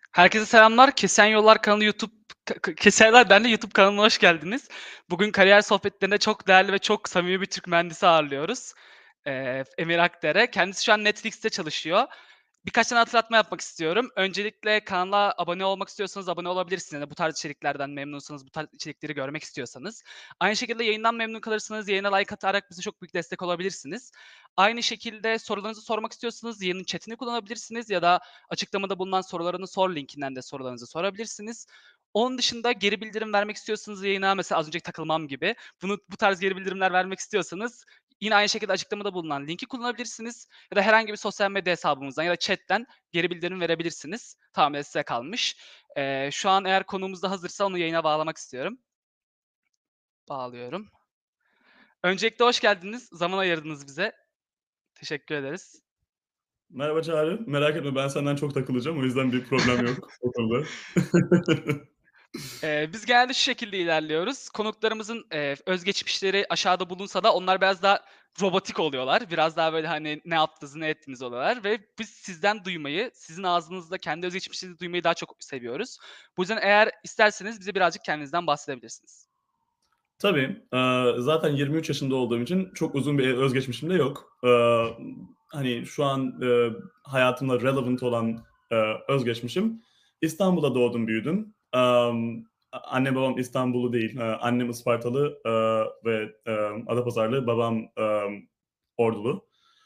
Herkese selamlar. Kesen Yollar kanalı YouTube Keserler Ben de YouTube kanalına hoş geldiniz. Bugün kariyer sohbetlerinde çok değerli ve çok samimi bir Türk mühendisi ağırlıyoruz. Emir Akdere. Kendisi şu an Netflix'te çalışıyor. Birkaç tane hatırlatma yapmak istiyorum. Öncelikle kanala abone olmak istiyorsanız abone olabilirsiniz. Yani bu tarz içeriklerden memnunsanız, bu tarz içerikleri görmek istiyorsanız. Aynı şekilde yayından memnun kalırsanız yayına like atarak bize çok büyük destek olabilirsiniz. Aynı şekilde sorularınızı sormak istiyorsanız yayının chat'ini kullanabilirsiniz ya da açıklamada bulunan sorularını sor linkinden de sorularınızı sorabilirsiniz. Onun dışında geri bildirim vermek istiyorsanız yayına mesela az önceki takılmam gibi bu tarz geri bildirimler vermek istiyorsanız yine aynı şekilde açıklamada bulunan linki kullanabilirsiniz ya da herhangi bir sosyal medya hesabımızdan ya da chat'ten geri bildirim verebilirsiniz. Tamamen size kalmış. Şu an eğer konuğumuz da hazırsa onu yayına bağlamak istiyorum. Bağlıyorum. Öncelikle hoş geldiniz. Zaman ayırdınız bize. Teşekkür ederiz. Merhaba Çağrı. Merak etme ben senden çok takılacağım. O yüzden bir problem yok o konuda. Biz genelde şu şekilde ilerliyoruz. Konuklarımızın, özgeçmişleri aşağıda bulunsa da onlar biraz daha robotik oluyorlar. Biraz daha böyle, hani, ne yaptınız, ne ettiniz oluyorlar ve biz sizden duymayı, sizin ağzınızda kendi özgeçmişinizi duymayı daha çok seviyoruz. Bu yüzden eğer isterseniz bize birazcık kendinizden bahsedebilirsiniz. Tabii, zaten 23 yaşında olduğum için çok uzun bir özgeçmişim de yok. Hani, şu an, hayatımda relevant olan, özgeçmişim İstanbul'da doğdum, büyüdüm. Annem babam İstanbullu değil. Annem Ispartalı, ve, Adapazarlı, babam, Ordulu.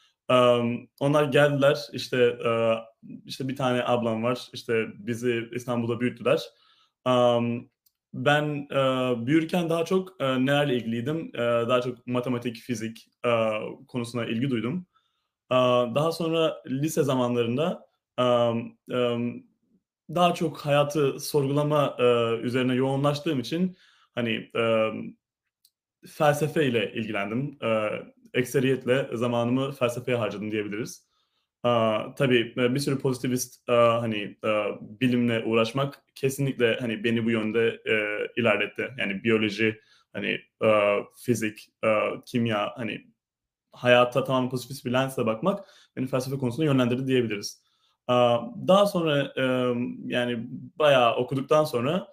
Onlar geldiler, işte, bir tane ablam var, işte, bizi İstanbul'da büyüttüler. Emm, Ben, büyürken daha çok, nelerle ilgiliydim? Daha çok matematik, fizik, konusuna ilgi duydum. Daha sonra lise zamanlarında, emm, emm, daha çok hayatı sorgulama, üzerine yoğunlaştığım için, hani, felsefeyle ilgilendim. Ekseriyetle zamanımı felsefeye harcadım diyebiliriz. Tabii, bir sürü pozitivist, bilimle uğraşmak kesinlikle, hani, beni bu yönde, ilerletti. Yani biyoloji, hani, fizik, kimya, hani, hayata tamamen pozitif bir lensle bakmak beni felsefe konusunda yönlendirdi diyebiliriz. Daha sonra, yani, bayağı okuduktan sonra,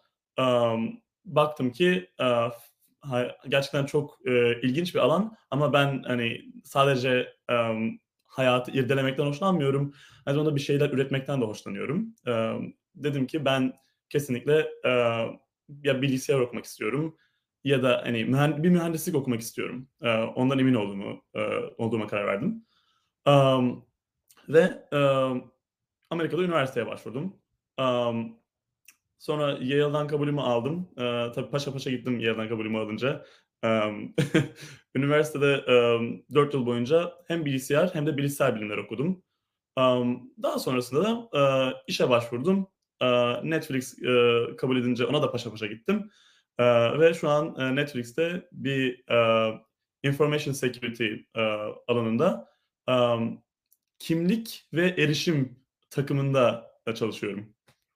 baktım ki, gerçekten çok, ilginç bir alan ama ben, hani, sadece, hayatı irdelemekten hoşlanmıyorum. Aynı zamanda bir şeyler üretmekten de hoşlanıyorum. Dedim ki ben kesinlikle, ya bilgisayar okumak istiyorum ya da, hani, bir mühendislik okumak istiyorum. Ondan emin olduğuma karar verdim. Emm, ve, Amerika'da üniversiteye başvurdum. Emm, Sonra Yale'dan kabulümü aldım. Tabii paşa paşa gittim Yale'dan kabulümü alınca. Emm, Üniversitede, 4 yıl boyunca hem bilgisayar hem de bilişsel bilimler okudum. Daha sonrasında da, işe başvurdum. Netflix, kabul edince ona da paşa paşa gittim. Ve şu an, Netflix'te bir, information security, alanında, emm, kimlik ve erişim takımında, çalışıyorum.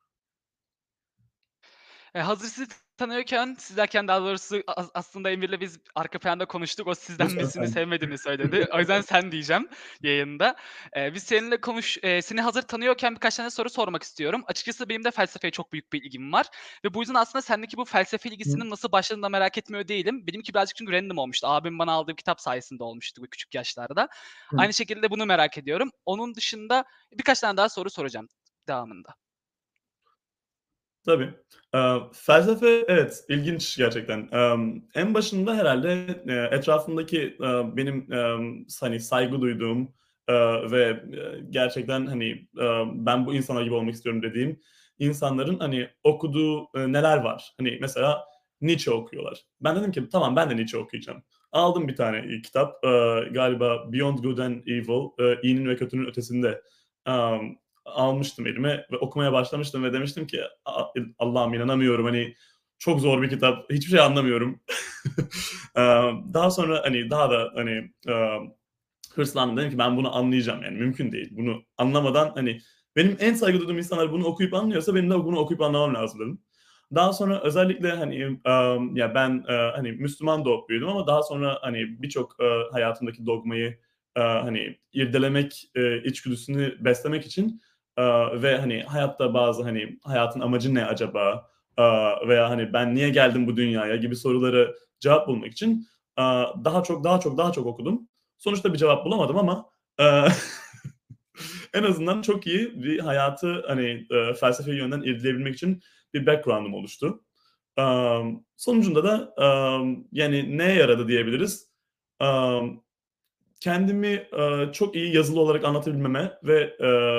Hazır sizi tanıyorken, siz derken daha doğrusu aslında Emir'le biz arka planda konuştuk. O sizden Lütfen Mesut'u sen. sevmediğini söyledi. O yüzden sen diyeceğim yayında. Biz seninle seni hazır tanıyorken birkaç tane soru sormak istiyorum. Açıkçası benim de felsefeye çok büyük bir ilgim var ve bu yüzden aslında sendeki bu felsefe Hı, ilgisinin nasıl başladığını da merak etmiyor değilim. Benimki birazcık çünkü random olmuştu. Abim bana aldığı bir kitap sayesinde olmuştu bu küçük yaşlarda. hı. Aynı şekilde bunu merak ediyorum. Onun dışında birkaç tane daha soru soracağım devamında. Tabii. Felsefe evet, ilginç gerçekten. En başında herhâlde, etrafımdaki, benim, hani, saygı duyduğum, ve, gerçekten, hani, ben bu insanlar gibi olmak istiyorum dediğim insanların, hani, okuduğu, neler var? Hani, mesela Nietzsche okuyorlar. Ben dedim ki tamam ben de Nietzsche okuyacağım. Aldım bir tane, kitap, galiba Beyond Good and Evil, İyinin ve Kötünün Ötesinde. Emm, Almıştım elime ve okumaya başlamıştım ve demiştim ki Allah'ım inanamıyorum, hani, çok zor bir kitap, hiçbir şey anlamıyorum. Daha sonra, hani, daha da, hani, hırslandım. Dedim ki ben bunu anlayacağım, yani mümkün değil. Bunu anlamadan, hani, benim en saygı duyduğum insanlar bunu okuyup anlıyorsa benim de bunu okuyup anlamam lazım dedim. Daha sonra özellikle, hani, ya ben, hani, Müslüman doğup büyüdüm ama daha sonra, hani, birçok, hayatımdaki dogmayı, hani, irdelemek, içgüdüsünü beslemek için, Ve hani hayatta bazı hani hayatın amacı ne acaba? Veya hani ben niye geldim bu dünyaya gibi soruları cevap bulmak için daha çok okudum. Sonuçta bir cevap bulamadım ama eee, en azından çok iyi bir hayatı hani felsefi yönden irdeleyebilmek için bir background'um oluştu. Sonucunda da yani neye yaradı diyebiliriz? Emm, Kendimi çok iyi yazılı olarak anlatabilmeme ve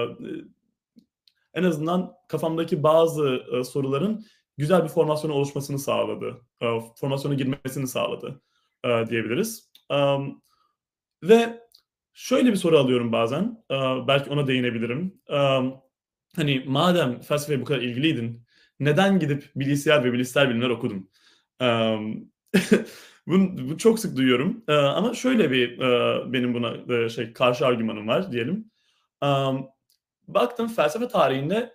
en azından kafamdaki bazı soruların güzel bir formasyona oluşmasını sağladı. Formasyona girmesini sağladı diyebiliriz. Ve şöyle bir soru alıyorum bazen, belki ona değinebilirim. Hani madem felsefeye bu kadar ilgiliydin, neden gidip bilgisayar ve bilişsel bilimler okudun? Emm, bu çok sık duyuyorum, ama şöyle bir benim buna karşı argümanım var diyelim. Emm, Baktım felsefe tarihinde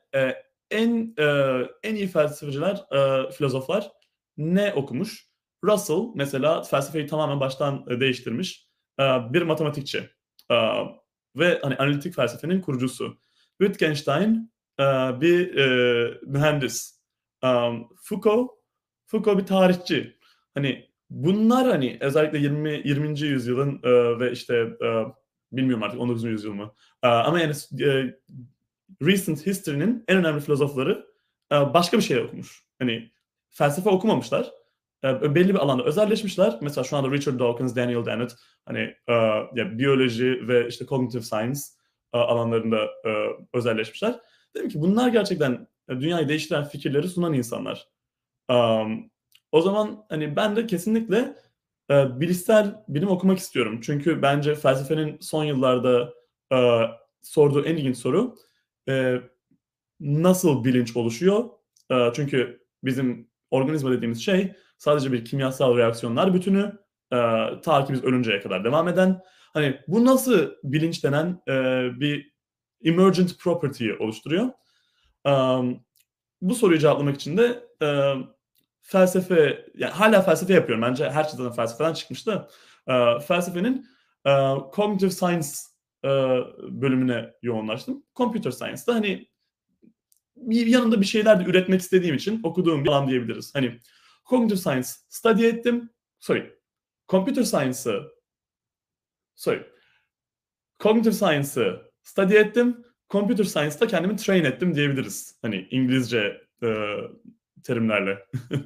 en iyi felsefeciler, filozoflar ne okumuş? Russell mesela felsefeyi tamamen baştan değiştirmiş bir matematikçi, aaa, ve hani analitik felsefenin kurucusu. Wittgenstein bir mühendis. Foucault bir tarihçi. Hani bunlar hani özellikle 20. yüzyılın ve işte bilmiyorum artık 19. yüzyıl mı? Ama yani recent history'nin en önemli filozofları başka bir şey okumuş. Hani felsefe okumamışlar. Belli bir alanda özelleşmişler. Mesela şu anda Richard Dawkins, Daniel Dennett hani ya biyoloji ve işte cognitive science alanlarında özelleşmişler. Dedim ki bunlar gerçekten dünyayı değiştiren fikirleri sunan insanlar. Am, O zaman hani ben de kesinlikle bilişsel bilim okumak istiyorum. Çünkü bence felsefenin son yıllarda sorduğu en ilginç soru eee, nasıl bilinç oluşuyor? Çünkü bizim organizma dediğimiz şey sadece bir kimyasal reaksiyonlar bütünü, ta ki biz ölünceye kadar devam eden. Hani bu nasıl bilinç denen bir emergent property'yi oluşturuyor? Am, Bu soruyu cevaplamak için de felsefe, yani hâlâ felsefe yapıyorum. Bence her şey zaten felsefeden çıkmış da, felsefenin cognitive science bölümüne yoğunlaştım. Computer science'da hani bir yanında bir şeyler de üretmek istediğim için okuduğum bir alan diyebiliriz. Hani cognitive science study ettim. Sorry, computer science'ı sorry, cognitive science'ı study ettim. Computer science'da kendimi train ettim diyebiliriz. Hani İngilizce terimlerle.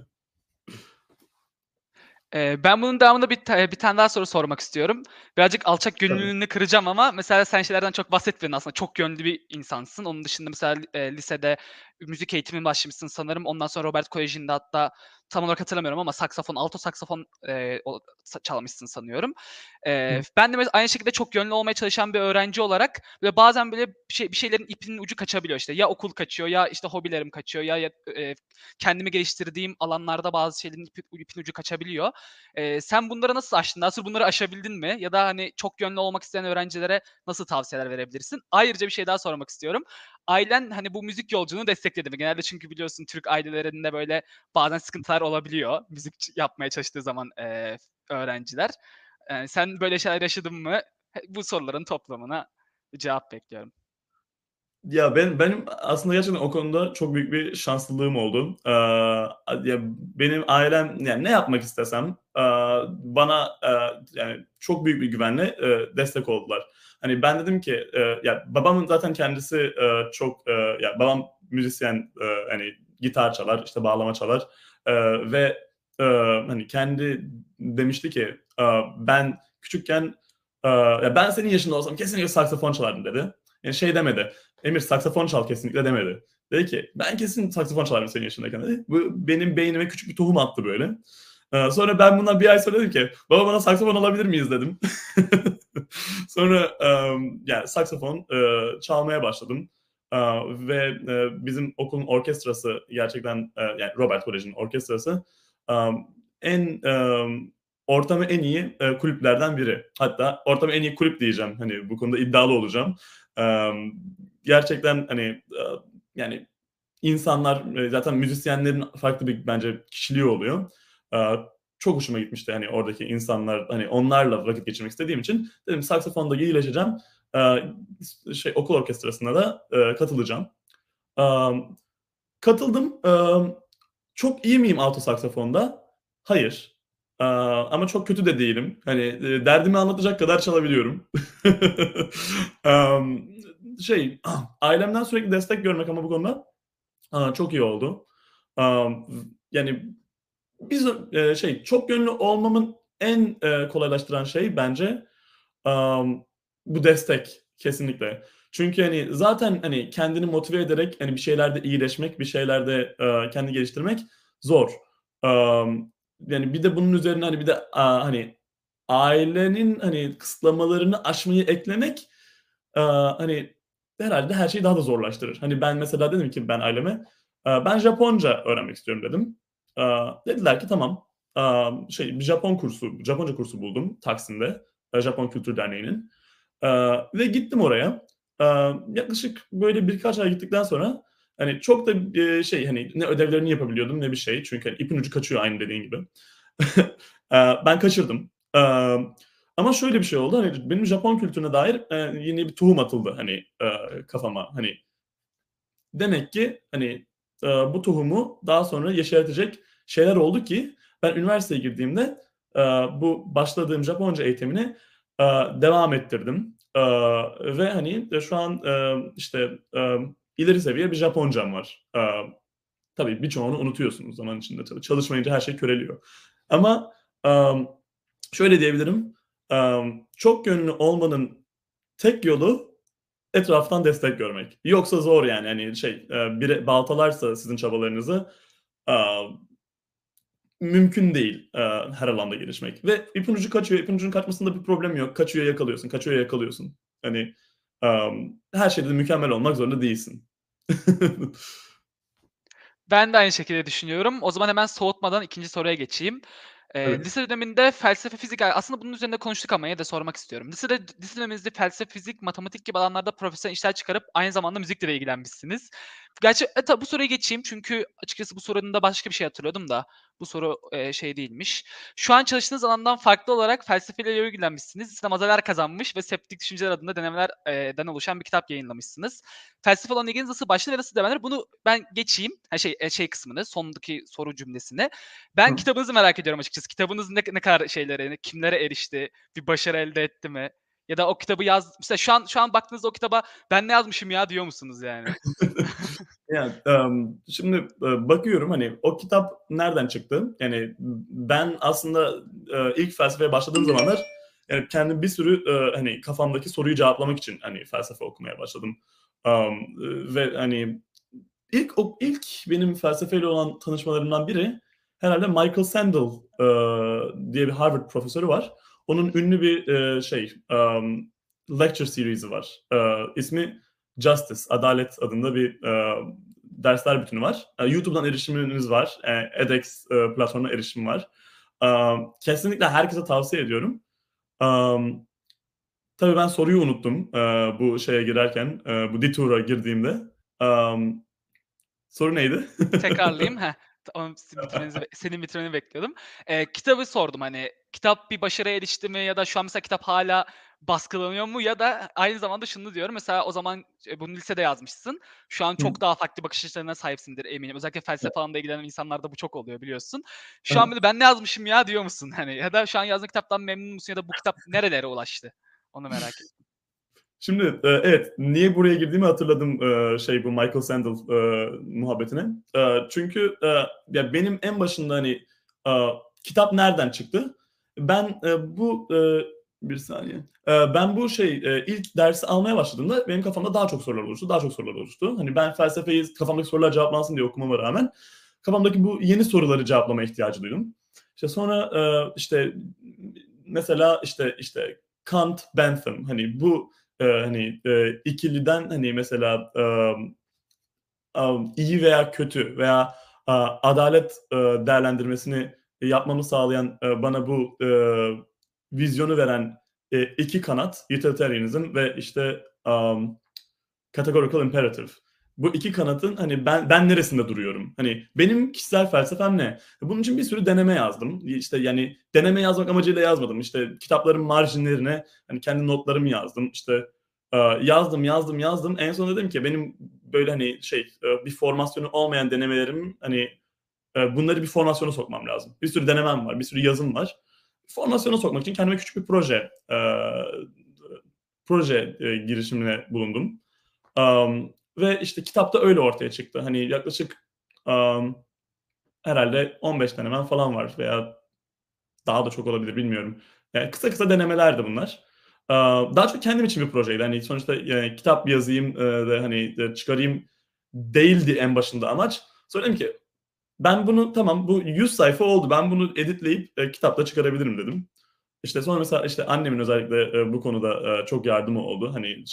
Ben bunun devamında bir tane daha soru sormak istiyorum. Birazcık alçak Tabii. gönüllülüğünü kıracağım ama mesela sen şeylerden çok bahsetmedin aslında. Çok yönlü bir insansın. Onun dışında mesela, lisede müzik eğitimine başlamışsın sanırım. Ondan sonra Robert Koleji'nde hatta tam olarak hatırlamıyorum ama saksafon, alto saksafon, çalmışsın sanıyorum. Hı. Ben de aynı şekilde çok yönlü olmaya çalışan bir öğrenci olarak böyle bazen böyle bir şeylerin ipinin ucu kaçabiliyor işte. Ya okul kaçıyor ya işte hobilerim kaçıyor ya, kendimi geliştirdiğim alanlarda bazı şeylerin ipin ucu kaçabiliyor. Sen bunları nasıl aştın? Nasıl bunları aşabildin mi? Ya da, hani, çok yönlü olmak isteyen öğrencilere nasıl tavsiyeler verebilirsin? Ayrıca bir şey daha sormak istiyorum. Ailen, hani, bu müzik yolculuğunu destekledi mi? Genelde çünkü biliyorsun Türk ailelerinde, böyle, bazen sıkıntılar olabiliyor müzik yapmaya çalıştığı zaman, öğrenciler. Sen böyle şeyler yaşadın mı? Bu soruların toplamına cevap bekliyorum. Ya, benim aslında gerçekten o konuda çok büyük bir şanslılığım oldu. Ya, benim ailem, yani, ne yapmak istesem, bana, yani, çok büyük bir güvenle, destek oldular. Hani, ben dedim ki, ya, babamın zaten kendisi, çok, ya, babam müzisyen, hani, gitar çalar, işte, bağlama çalar, ve, hani, kendi demişti ki, "Ben küçükken, ya, ben senin yaşında olsam kesinlikle saksafon çalardım." dedi. Yani, şey demedi, Emir saksafon çal kesinlikle demedi. Dedi ki ben kesin saksafon çalarım senin yaşındayken dedi. Bu benim beynime küçük bir tohum attı böyle. Sonra ben bundan bir ay sonra dedim ki baba bana saksafon alabilir miyiz dedim. Sonra yani saksafon çalmaya başladım. Ve bizim okulun orkestrası gerçekten yani Robert Kolej'in orkestrası en ortamı en iyi kulüplerden biri. Hatta ortamı en iyi kulüp diyeceğim. Hani bu konuda iddialı olacağım. Emm, Gerçekten, hani, yani, insanlar, zaten müzisyenlerin farklı bir bence kişiliği oluyor. Aaa, Çok hoşuma gitmişti, hani, oradaki insanlar, hani, onlarla vakit geçirmek istediğim için dedim saksafonda iyileşeceğim. okul orkestrasına da katılacağım. Katıldım. Çok iyi miyim alto saksafonda? Hayır. Ama çok kötü de değilim. Hani derdimi anlatacak kadar çalabiliyorum. Emm, ailemden sürekli destek görmek ama bu konuda çok iyi oldu. Yani biz çok yönlü olmamın en kolaylaştıran şey bence bu destek kesinlikle. Çünkü, hani, zaten, hani, kendini motive ederek, hani, bir şeylerde iyileşmek, bir şeylerde, kendini geliştirmek zor. Yani, bir de bunun üzerine, hani, bir de, hani, ailenin, hani, kısıtlamalarını aşmayı eklemek, hani, herhâlde her şeyi daha da zorlaştırır. Hani, ben mesela dedim ki ben aileme, "Ben Japonca öğrenmek istiyorum." dedim. Dediler ki "Tamam." Bir Japonca kursu buldum Taksim'de, Japon Kültür Derneği'nin. Ve gittim oraya. Yaklaşık böyle birkaç ay gittikten sonra, hani, çok da, hani, ne ödevlerini yapabiliyordum ne bir şey. Çünkü, hani, ipin ucu kaçıyor aynı dediğin gibi. Ben kaçırdım. Ama şöyle bir şey oldu, hani, benim Japon kültürüne dair, yeni bir tohum atıldı, hani, kafama. Hani, demek ki, hani, bu tohumu daha sonra yeşertecek şeyler oldu ki ben üniversiteye girdiğimde, bu başladığım Japonca eğitimini, devam ettirdim. Ve, hani, şu an, ileri seviye bir Japoncam var. Tabii birçoğunu unutuyorsunuz zaman içinde tabii. Çalışmayınca her şey köreliyor. Ama, emm, şöyle diyebilirim, çok yönlü olmanın tek yolu etraftan destek görmek. Yoksa zor yani, hani, biri baltalarsa sizin çabalarınızı, aaa, mümkün değil, her alanda gelişmek ve ipin ucu kaçıyor. İpin ucunun kaçmasında bir problem yok. Kaçıyor, yakalıyorsun, kaçıyor, yakalıyorsun. Hani, her şeyde de mükemmel olmak zorunda değilsin. Ben de aynı şekilde düşünüyorum. O zaman hemen soğutmadan ikinci soruya geçeyim. Evet. Lise döneminde felsefe, fizik aslında bunun üzerinde konuştuk ama yine de sormak istiyorum. Lise döneminizde felsefe, fizik, matematik gibi alanlarda profesyonel işler çıkarıp aynı zamanda müzikle de ilgilenmişsiniz. Gerçi tabii bu soruyu geçeyim çünkü açıkçası bu sorunun da başka bir şey hatırlıyordum da bu soru, şey değilmiş. Şu an çalıştığınız alandan farklı olarak felsefeyle ilgilenmişsiniz. Sınavlar kazanmış ve Septik Düşünceler adında denemelerden oluşan bir kitap yayınlamışsınız. Felsefe olan ilginiz nasıl başladı ve nasıl devam eder? Bunu ben geçeyim. Şey kısmını, sondaki soru cümlesini. Ben Hı. kitabınızı merak ediyorum açıkçası. Kitabınız ne kadar şeylere, kimlere erişti? Bir başarı elde etti mi? Ya da o kitabı mesela şu an baktığınızda o kitaba "Ben ne yazmışım ya?" diyor musunuz yani? Ya, şimdi, bakıyorum, hani, o kitap nereden çıktı? Yani, ben aslında, ilk felsefeye başladığım zamanlar, kendim bir sürü, hani, kafamdaki soruyu cevaplamak için, hani, felsefe okumaya başladım. Ve, hani, ilk benim felsefeyle olan tanışmalarımdan biri herhâlde Michael Sandel, diye bir Harvard profesörü var. Onun ünlü bir, lecture series'i var. İsmi Justice, Adalet adında bir, dersler bütünü var. YouTube'dan erişiminiz var. edX, platformuna erişim var. Kesinlikle herkese tavsiye ediyorum. Emm, tabii ben soruyu unuttum, bu şeye girerken, bu detour'a girdiğimde. Emm, soru neydi? Tekrarlayayım. Heh, tamam, senin bitirmeni bekliyordum. Kitabı sordum, hani, kitap bir başarıya erişti mi ya da şu an mesela kitap hâlâ baskılanıyor mu ya da aynı zamanda şunu diyorum, mesela o zaman, bunu lisede yazmışsın. Şu an Hı. çok daha farklı bakış açılarına sahipsindir eminim. Özellikle felsefe alanında ilgilenen insanlarda bu çok oluyor biliyorsun. Hı Şu an hı. böyle "Ben ne yazmışım ya?" diyor musun? Hani, ya da şu an yazdığın kitaptan memnun musun ya da bu kitap nerelere ulaştı? Onu merak ettim. Şimdi, evet, niye buraya girdiğimi hatırladım, bu Michael Sandel, muhabbetine. Çünkü, ya, benim en başında, hani, kitap nereden çıktı? Ben, bir saniye. Ben bu ilk dersi almaya başladığımda benim kafamda daha çok sorular oluştu, daha çok sorular oluştu. Hani, ben felsefeyi kafamdaki sorular cevaplansın diye okumama rağmen kafamdaki bu yeni soruları cevaplamaya ihtiyacı duydum. Sonra, mesela, Kant, Bentham, hani, bu ikiliden, hani, mesela, iyi veya kötü veya, adalet, değerlendirmesini yapmamı sağlayan, bana bu, vizyonu veren, 2 kanat, utilitarianism ve, categorical imperative. Bu 2 kanatın, hani, ben neresinde duruyorum? Hani, benim kişisel felsefem ne? Bunun için bir sürü deneme yazdım. Yani, deneme yazmak amacıyla yazmadım. İşte, kitapların marjinlerine, hani, kendi notlarımı yazdım. Yazdım. En son dedim ki benim böyle hani bir formasyonu olmayan denemelerim hani bunları bir formasyona sokmam lazım. Bir sürü denemem var, bir sürü yazım var. Formasyona sokmak için kendime küçük bir proje girişimine bulundum. Ve işte kitapta öyle ortaya çıktı. Hani yaklaşık um, herhalde 15 denemem falan var veya daha da çok olabilir bilmiyorum. Yani kısa kısa denemelerdi bunlar. Daha çok kendim için bir projeydi. Hani sonuçta kitap yazayım ve hani çıkarayım değildi en başında amaç. Sonra dedim ki ben bunu tamam bu 100 sayfa oldu. Ben bunu editleyip kitapta çıkarabilirim dedim. İşte sonra mesela işte annemin özellikle bu konuda çok yardımı oldu. Hani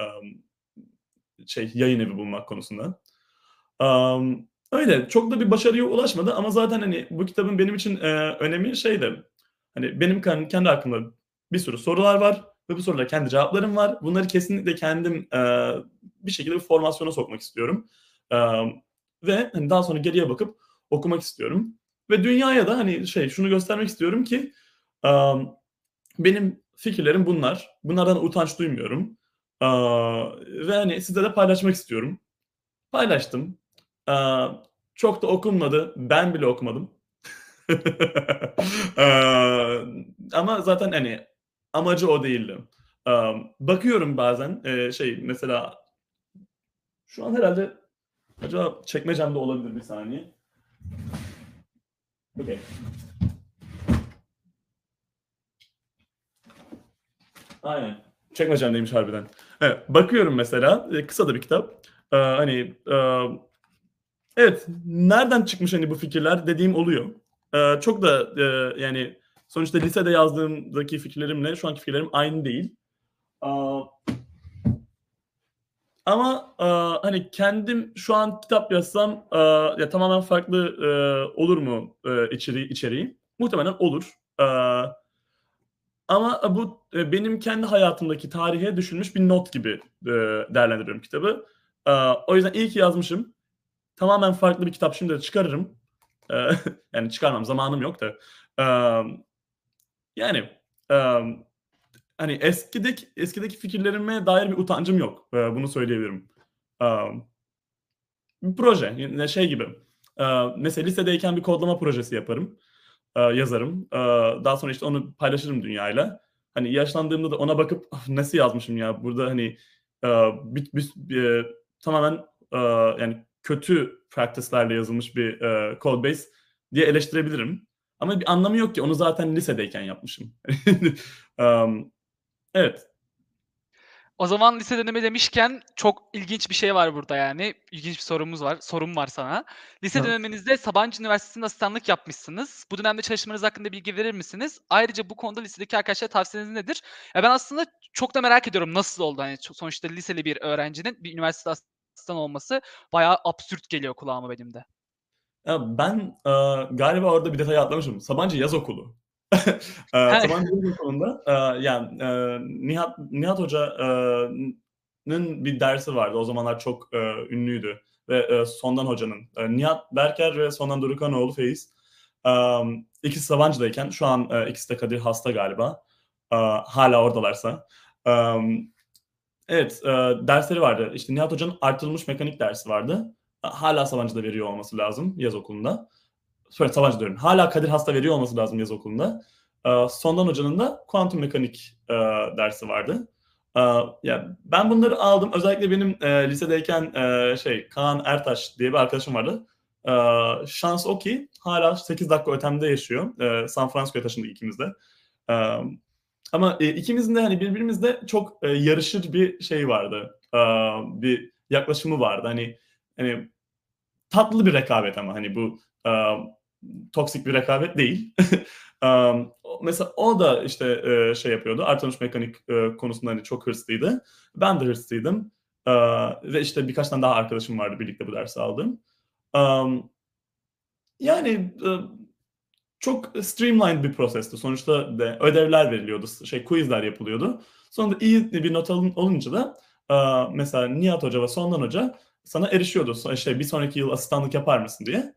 yayın evi bulmak konusunda. Öyle çok da bir başarıya ulaşmadı ama zaten hani bu kitabın benim için önemi şeydi. Hani benim kendi aklımda bir sürü sorular var ve bu sorulara kendi cevaplarım var. Bunları kesinlikle kendim bir şekilde bir formasyona sokmak istiyorum. Ve hani daha sonra geriye bakıp okumak istiyorum. Ve dünyaya da hani şunu göstermek istiyorum ki benim fikirlerim bunlar. Bunlardan utanç duymuyorum. Ve hani sizle de paylaşmak istiyorum. Paylaştım. Aaa, çok da okunmadı. Ben bile okumadım. Aaa, ama zaten, hani, amacı o değildi. Bakıyorum bazen, mesela şu an herhâlde acaba çekmecemde olabilir, bir saniye. Okay. Aynen. Çekmecemdeymiş harbiden. Evet, bakıyorum mesela, kısa da bir kitap. Hani, evet, nereden çıkmış, hani, bu fikirler dediğim oluyor. Çok da, yani, sonuçta lisede yazdığımdaki fikirlerimle şu anki fikirlerim aynı değil. Aaa, ama, hani, kendim şu an kitap yazsam, ya, tamamen farklı, olur mu, içeriği? Muhtemelen olur. Aaa, ama bu, benim kendi hayatımdaki tarihe düşülmüş bir not gibi, değerlendiriyorum kitabı. O yüzden iyi ki yazmışım. Tamamen farklı bir kitap şimdi de çıkarırım. Eee, yani çıkarmam, zamanım yok da. Emm, yani, emm, hani eskideki fikirlerime dair bir utancım yok. Bunu söyleyebilirim. Emm, bir proje, yine gibi, mesela lisedeyken bir kodlama projesi yaparım, yazarım. Daha sonra, işte, onu paylaşırım dünyayla. Hani yaşlandığımda da ona bakıp, "Ah, nasıl yazmışım ya?" Burada, hani, bit bis tamamen, yani kötü practice'lerle yazılmış bir, code base diye eleştirebilirim. Ama bir anlamı yok ki. Onu zaten lisedeyken yapmışım. Emm, evet. O zaman lise dönemi demişken çok ilginç bir şey var burada yani. İlginç bir sorum var sana. Lise Hı. döneminizde Sabancı Üniversitesi'nde asistanlık yapmışsınız. Bu dönemde çalışmanız hakkında bilgi verir misiniz? Ayrıca bu konuda lisedeki arkadaşlara tavsiyeniz nedir? Ya, ben aslında çok da merak ediyorum nasıl oldu? Hani, sonuçta liseli bir öğrencinin bir üniversitede asistan olması bayağı absürt geliyor kulağıma benim de. Ya, ben, galiba orada bir detayı atlamışım. Sabancı Yaz Okulu. Sabancı Yaz Okulu'nda, Nihat Hoca nın bir dersi vardı. O zamanlar çok, ünlüydü ve, Sondan Hoca'nın, Nihat Berker ve Sondan Dorukanoğlu Feyiz. İkisi Sabancı'dayken şu an, ikisi de Kadir Has'ta galiba. Hâlâ oradalarsa. Emm, evet, dersleri vardı. İşte, Nihat Hoca'nın artırılmış mekanik dersi vardı. Hâlâ Sabancı'da veriyor olması lazım yaz okulunda. Sabancı diyorum. Hâlâ Kadir Has'ta veriyor olması lazım yaz okulunda. Sondan Hoca'nın da kuantum mekanik, dersi vardı. Ya, ben bunları aldım. Özellikle benim, lisedeyken, Kaan Ertaş diye bir arkadaşım vardı. Şans o ki hâlâ 8 dakika ötemde yaşıyor. San Francisco'ya taşındık ikimiz de. Emm, ama, ikimizin de, hani, birbirimizle çok, yarışır bir vardı. Bir yaklaşımı vardı. Hani, tatlı bir rekabet ama, hani, bu, toksik bir rekabet değil. Mesela o da, işte, yapıyordu, artırılmış mekanik, konusunda, hani, çok hırslıydı. Ben de hırslıydım, ve, işte, birkaç tane daha arkadaşım vardı birlikte bu dersi aldığım. Emm, yani, çok streamlined bir prosesti. Sonuçta ödevler veriliyordu, quiz'ler yapılıyordu. Sonra da iyi bir not olunca da, mesela Nihat Hoca ve Sondan Hoca sana erişiyordu. Bir sonraki yıl asistanlık yapar mısın diye.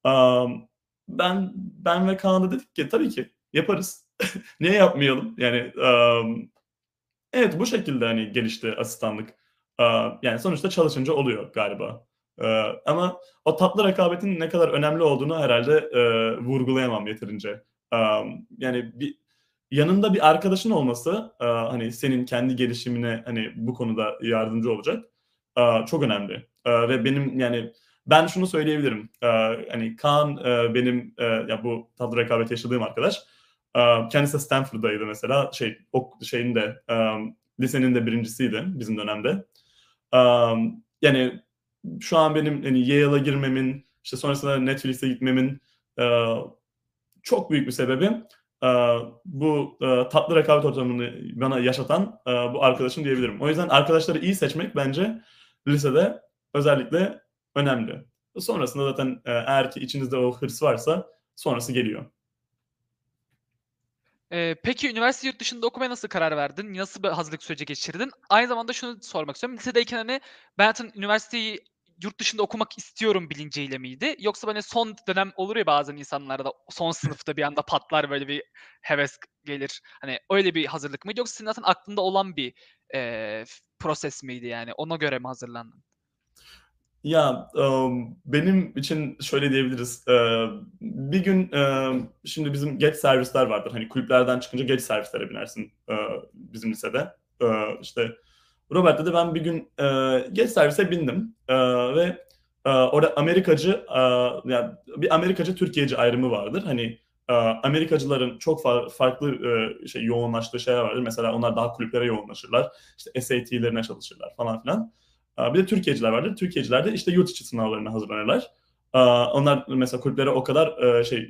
Ben ve Kaan da dedik ki tabii ki yaparız. Niye yapmayalım? Yani, Evet, bu şekilde, hani, gelişti asistanlık. Yani, sonuçta çalışınca oluyor galiba. Ama o tatlı rekabetin ne kadar önemli olduğunu herhâlde, vurgulayamam yeterince. Yani, yanında bir arkadaşın olması, hani, senin kendi gelişimine, hani, bu konuda yardımcı olacak, çok önemli. Ve benim, yani, ben şunu söyleyebilirim. Hani, Kaan, benim, ya, bu tatlı rekabeti yaşadığım arkadaş, kendisi de Stanford'daydı mesela. Şeyin de, lisenin de birincisiydi bizim dönemde. Yani, şu an benim, hani, Yale'a girmemin, işte, sonrasında Netflix'e gitmemin, eee, çok büyük bir sebebi, bu, tatlı rekabet ortamını bana yaşatan, bu arkadaşım diyebilirim. O yüzden arkadaşları iyi seçmek bence lisede özellikle önemli. Sonrasında zaten, eğer ki içinizde o hırs varsa sonrası geliyor. Peki üniversite yurt dışında okumaya nasıl karar verdin? Nasıl bir hazırlık süreci geçirdin? Aynı zamanda şunu sormak istiyorum. Lisedeyken, hani, ben zaten üniversiteyi yurt dışında okumak istiyorum bilinciyle miydi? Yoksa, hani, son dönem olur ya bazen insanlarda, son sınıfta bir anda patlar böyle bir heves gelir. Hani, öyle bir hazırlık mıydı yoksa senin zaten aklında olan bir, proses miydi yani? Ona göre mi hazırlandın? Ya, benim için şöyle diyebiliriz. Bir gün, şimdi bizim geç servisler vardır. Hani kulüplerden çıkınca geç servislere binersin, bizim lisede. İşte, Robert'le de ben bir gün, geç servise bindim, ve, orada Amerikacı, ya, bir Amerikacı, Türkiyeci ayrımı vardır. Hani, Amerikacıların çok farklı, yoğunlaştığı şeyler vardır. Mesela onlar daha kulüplere yoğunlaşırlar. İşte SAT'lerine çalışırlar falan filan. Bir de Türkiye'ciler vardır. Türkiye'ciler de işte yurt içi sınavlarına hazırlanırlar. Onlar mesela kulüplere o kadar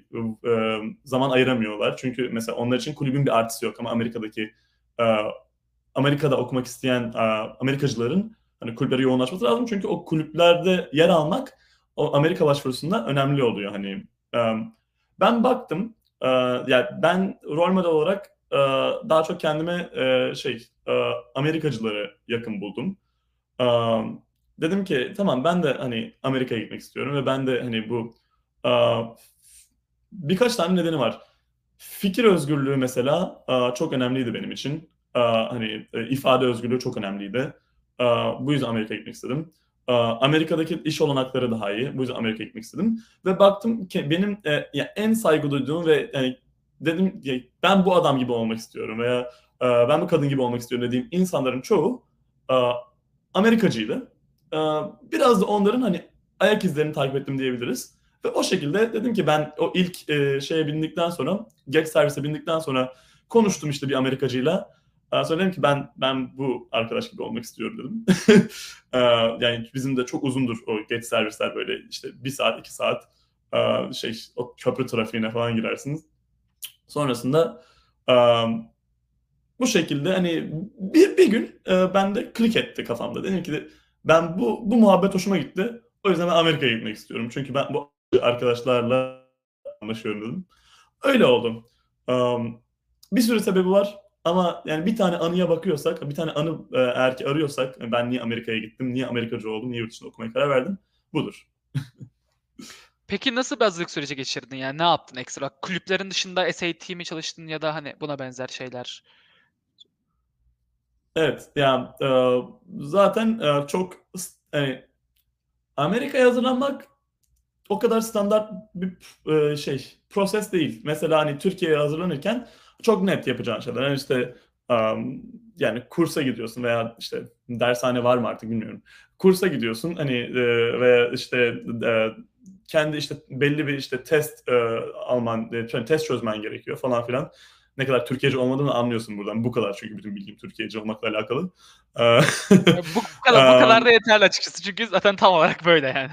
zaman ayıramıyorlar. Çünkü mesela onlar için kulübün bir artısı yok ama eee, Amerika'da okumak isteyen Amerikacıların hani kulüplere yoğunlaşması lazım. Çünkü o kulüplerde yer almak o Amerika başvurusunda önemli oluyor hani. Ben baktım, yani ben rol model olarak daha çok kendime Amerikacılara yakın buldum. Amm, Dedim ki tamam ben de, hani, Amerika'ya gitmek istiyorum ve ben de, hani, aaa, birkaç tane nedeni var. Fikir özgürlüğü mesela, çok önemliydi benim için. Hani, ifade özgürlüğü çok önemliydi. Bu yüzden Amerika'ya gitmek istedim. Amerika'daki iş olanakları daha iyi. Bu yüzden Amerika'ya gitmek istedim ve baktım ki benim, ya, en saygı duyduğum ve, hani, dedim ya, ben bu adam gibi olmak istiyorum veya, ben bu kadın gibi olmak istiyorum dediğim insanların çoğu, aaa, Amerikacıydı. Biraz da onların, hani, ayak izlerini takip ettim diyebiliriz ve o şekilde dedim ki ben o ilk, şeye bindikten sonra, geç servise bindikten sonra konuştum, işte, bir Amerikacıyla. Sonra dedim ki ben bu arkadaş gibi olmak istiyorum dedim. Yani bizim de çok uzundur o geç servisler, böyle, işte, 1 saat, 2 saat, o köprü trafiğine falan girersiniz. Sonrasında, emm, bu şekilde, hani, bir gün, bende klik etti kafamda. Dedim ki ben bu muhabbet hoşuma gitti. O yüzden ben Amerika'ya gitmek istiyorum. Çünkü ben bu arkadaşlarla anlaşıyorum dedim. Öyle oldu. Bir sürü sebebi var ama yani bir tane anıya bakıyorsak, bir tane anı, eğer ki arıyorsak, ben niye Amerika'ya gittim, niye Amerikacı oldum, niye yurt dışında okumaya karar verdim, budur. Peki nasıl bir hazırlık süreci geçirdin? Yani ne yaptın ekstra? Kulüplerin dışında SAT mi çalıştın ya da, hani, buna benzer şeyler? Evet, ya, zaten, çok hani, Amerika'ya hazırlanmak o kadar standart bir proses değil. Mesela, hani, Türkiye'ye hazırlanırken çok net yapacağın şeyler. Hani, işte, yani kursa gidiyorsun veya, işte, dershane var mı artık bilmiyorum. Kursa gidiyorsun, hani, veya, işte, kendi, işte, belli bir, işte, test, test çözmen gerekiyor falan filan. Ne kadar Türkiye'ci olmadığını anlıyorsun buradan. Bu kadar çünkü bütün bilgim Türkiye'ci olmakla alakalı. Eee, Bu kadar da yeterli açıkçası çünkü zaten tam olarak böyle yani.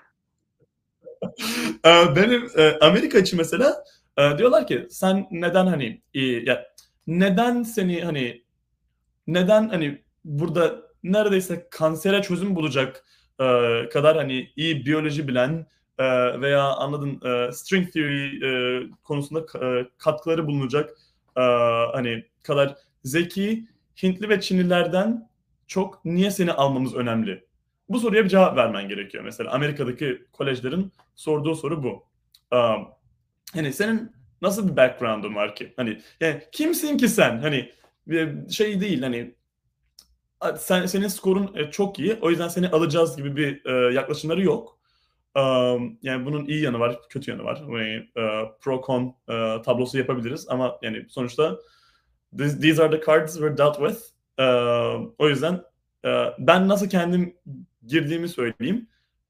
Benim, Amerika için mesela, diyorlar ki sen neden, hani, ya, neden seni, hani, neden, hani, burada neredeyse kansere çözüm bulacak, kadar, hani, iyi biyoloji bilen, veya anladın, string theory, konusunda katkıları bulunacak, hani, kadar zeki Hintli ve Çinlilerden çok niye seni almamız önemli? Bu soruya bir cevap vermen gerekiyor mesela. Amerika'daki kolejlerin sorduğu soru bu. Hani, senin nasıl bir background'un var ki? Hani, yani, kimsin ki sen? Hani, Şey değil hani senin skorun çok iyi, o yüzden seni alacağız gibi bir yaklaşımları yok. Yani bunun iyi yanı var, kötü yanı var. Yani, pro con tablosu yapabiliriz ama yani sonuçta these are the cards we're dealt with. O yüzden ben nasıl kendim girdiğimi söyleyeyim.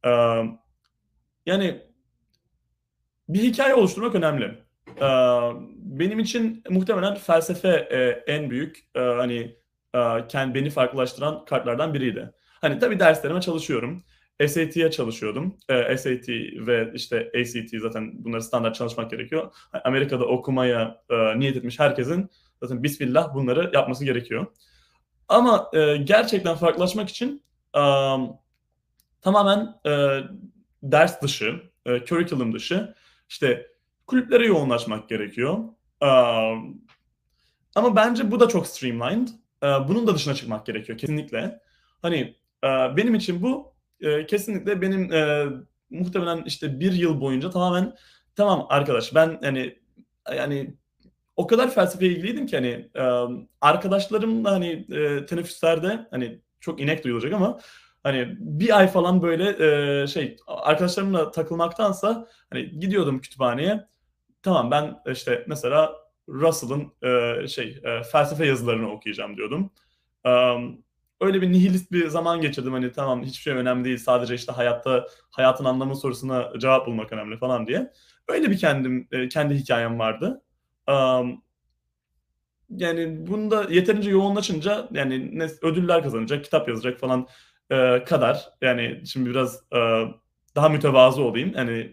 Yani bir hikaye oluşturmak önemli. Benim için muhtemelen felsefe en büyük hani beni farklılaştıran kartlardan biriydi. Hani tabii derslerime çalışıyorum. SAT'ye çalışıyordum. SAT ve işte ACT zaten bunları standart çalışmak gerekiyor. Amerika'da okumaya niyet etmiş herkesin zaten bismillah bunları yapması gerekiyor. Ama gerçekten farklılaşmak için tamamen ders dışı, curriculum dışı işte kulüplere yoğunlaşmak gerekiyor. Ama bence bu da çok streamlined. Bunun da dışına çıkmak gerekiyor kesinlikle. Hani benim için bu kesinlikle benim muhtemelen işte bir yıl boyunca tamamen tamam arkadaş ben yani o kadar felsefeye ilgiliydim ki hani arkadaşlarımla hani teneffüslerde hani çok inek duyulacak ama hani bir ay falan böyle arkadaşlarımla takılmaktansa hani gidiyordum kütüphaneye. Tamam ben işte mesela Russell'ın felsefe yazılarını okuyacağım diyordum. Öyle bir nihilist bir zaman geçirdim hani tamam hiçbir şey önemli değil sadece işte hayatın anlamı sorusuna cevap bulmak önemli falan diye. Öyle bir kendi hikayem vardı. Yani bunda yeterince yoğunlaşınca yani ödüller kazanacak, kitap yazacak falan kadar yani şimdi biraz daha mütevazı olayım. Yani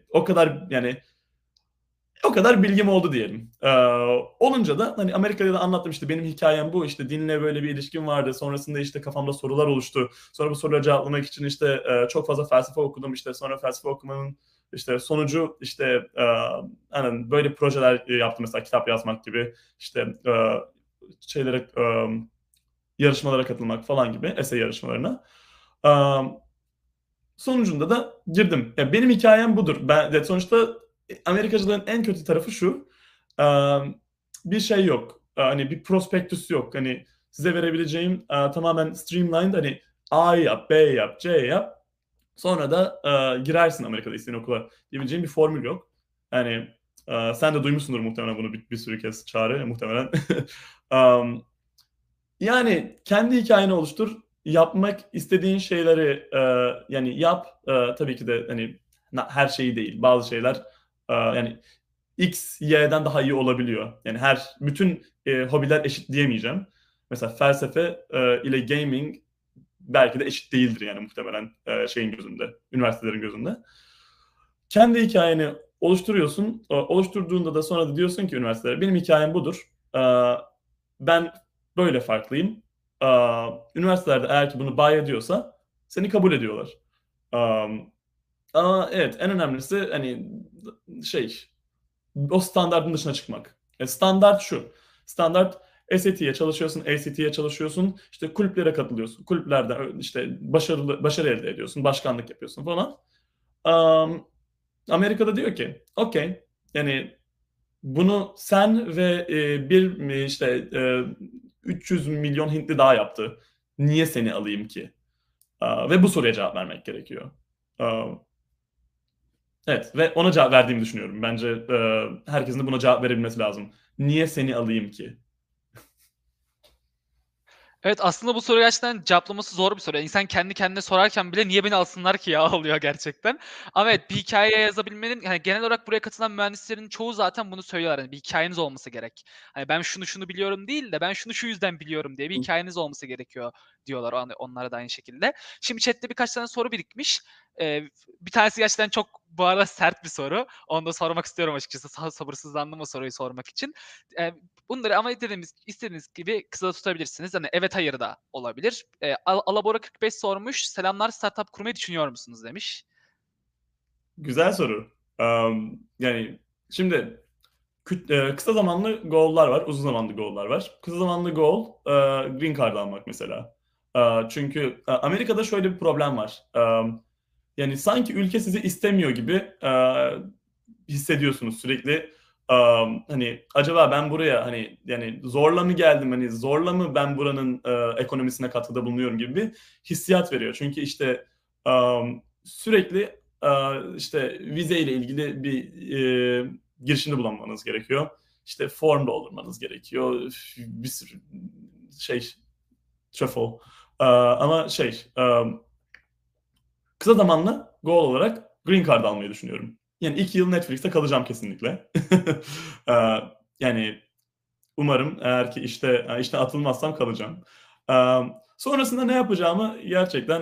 o kadar bilgim oldu diyelim. Olunca da hani Amerika'da da anlattım işte benim hikayem bu işte dinle böyle bir ilişkim vardı. Sonrasında işte kafamda sorular oluştu. Sonra bu soruları cevaplamak için işte çok fazla felsefe okudum işte sonra felsefe okumanın işte sonucu işte hani böyle projeler yaptım mesela kitap yazmak gibi işte şeylere yarışmalara katılmak falan gibi essay yarışmalarına. E, Sonucunda da girdim. Ya benim hikayem budur. Sonuçta Amerikacılığın en kötü tarafı şu. Bir şey yok. Hani bir prospektüs yok. Hani size verebileceğim tamamen streamlined hani A yap, B yap, C yap. Sonra da girersin Amerika'da istediğin okula diyebileceğim bir formül yok. Yani sen de duymuşsundur muhtemelen bunu bir sürü kez Çağrı muhtemelen. Um, Yani kendi hikayeni oluştur. Yapmak istediğin şeyleri yani yap. Tabii ki de hani her şeyi değil. Bazı şeyler yani X, Y'den daha iyi olabiliyor. Yani bütün hobiler eşit diyemeyeceğim. Mesela felsefe ile gaming belki de eşit değildir yani muhtemelen şeyin gözünde, üniversitelerin gözünde. Kendi hikayeni oluşturuyorsun. Oluşturduğunda da sonra da diyorsun ki üniversitelere benim hikayem budur. Ben böyle farklıyım. Üniversitelerde eğer ki bunu buy ediyorsa seni kabul ediyorlar. Ama evet en önemlisi hani şey o standartın dışına çıkmak. Standart şu. Standart SAT'ye çalışıyorsun, ACT'ye çalışıyorsun, işte kulüplere katılıyorsun. Kulüplerde işte başarı elde ediyorsun, başkanlık yapıyorsun falan. Amerika'da diyor ki, okey, yani bunu sen ve işte 300 milyon Hintli daha yaptı. Niye seni alayım ki? Ve bu soruya cevap vermek gerekiyor. Evet ve ona cevap verdiğimi düşünüyorum. Bence herkesin de buna cevap verebilmesi lazım. Niye seni alayım ki? Evet, aslında bu soru gerçekten cevaplaması zor bir soru. İnsan kendi kendine sorarken bile "Niye beni alsınlar ki ya?" oluyor gerçekten. Ama evet, bir hikaye yazabilmenin, hani, genel olarak buraya katılan mühendislerin çoğu zaten bunu söylüyorlar. Hani, bir hikâyeniz olması gerek. Hani, ben şunu şunu biliyorum değil de ben şunu şu yüzden biliyorum diye bir hikâyeniz olması gerekiyor diyorlar. Onlara da aynı şekilde. Şimdi chat'te birkaç tane soru birikmiş. Bir tanesi gerçekten çok bu arada sert bir soru. Onu da sormak istiyorum açıkçası. Sabırsızlandım o soruyu sormak için. Eee, Bunları ama istediğiniz gibi kısa da tutabilirsiniz. Hani evet, hayır da olabilir. Alabora 45 sormuş. Selamlar, startup kurmayı düşünüyor musunuz demiş. Güzel soru. Yani şimdi kısa zamanlı goal'lar var, uzun zamanlı goal'lar var. Kısa zamanlı goal green card almak mesela. Çünkü Amerika'da şöyle bir problem var. Yani sanki ülke sizi istemiyor gibi hissediyorsunuz sürekli. Hani acaba ben buraya hani yani zorla mı geldim, hani zorla mı ben buranın ekonomisine katkıda bulunuyorum gibi bir hissiyat veriyor. Çünkü işte sürekli işte vizeyle ilgili bir girişimde bulunmanız gerekiyor. İşte form doldurmanız gerekiyor. Bir sürü şey, truffle. Ama kısa zamanlı goal olarak green card almayı düşünüyorum. Yani 2 yıl Netflix'te kalacağım kesinlikle. Eee, Yani umarım eğer ki işte atılmazsam kalacağım. Sonrasında ne yapacağımı gerçekten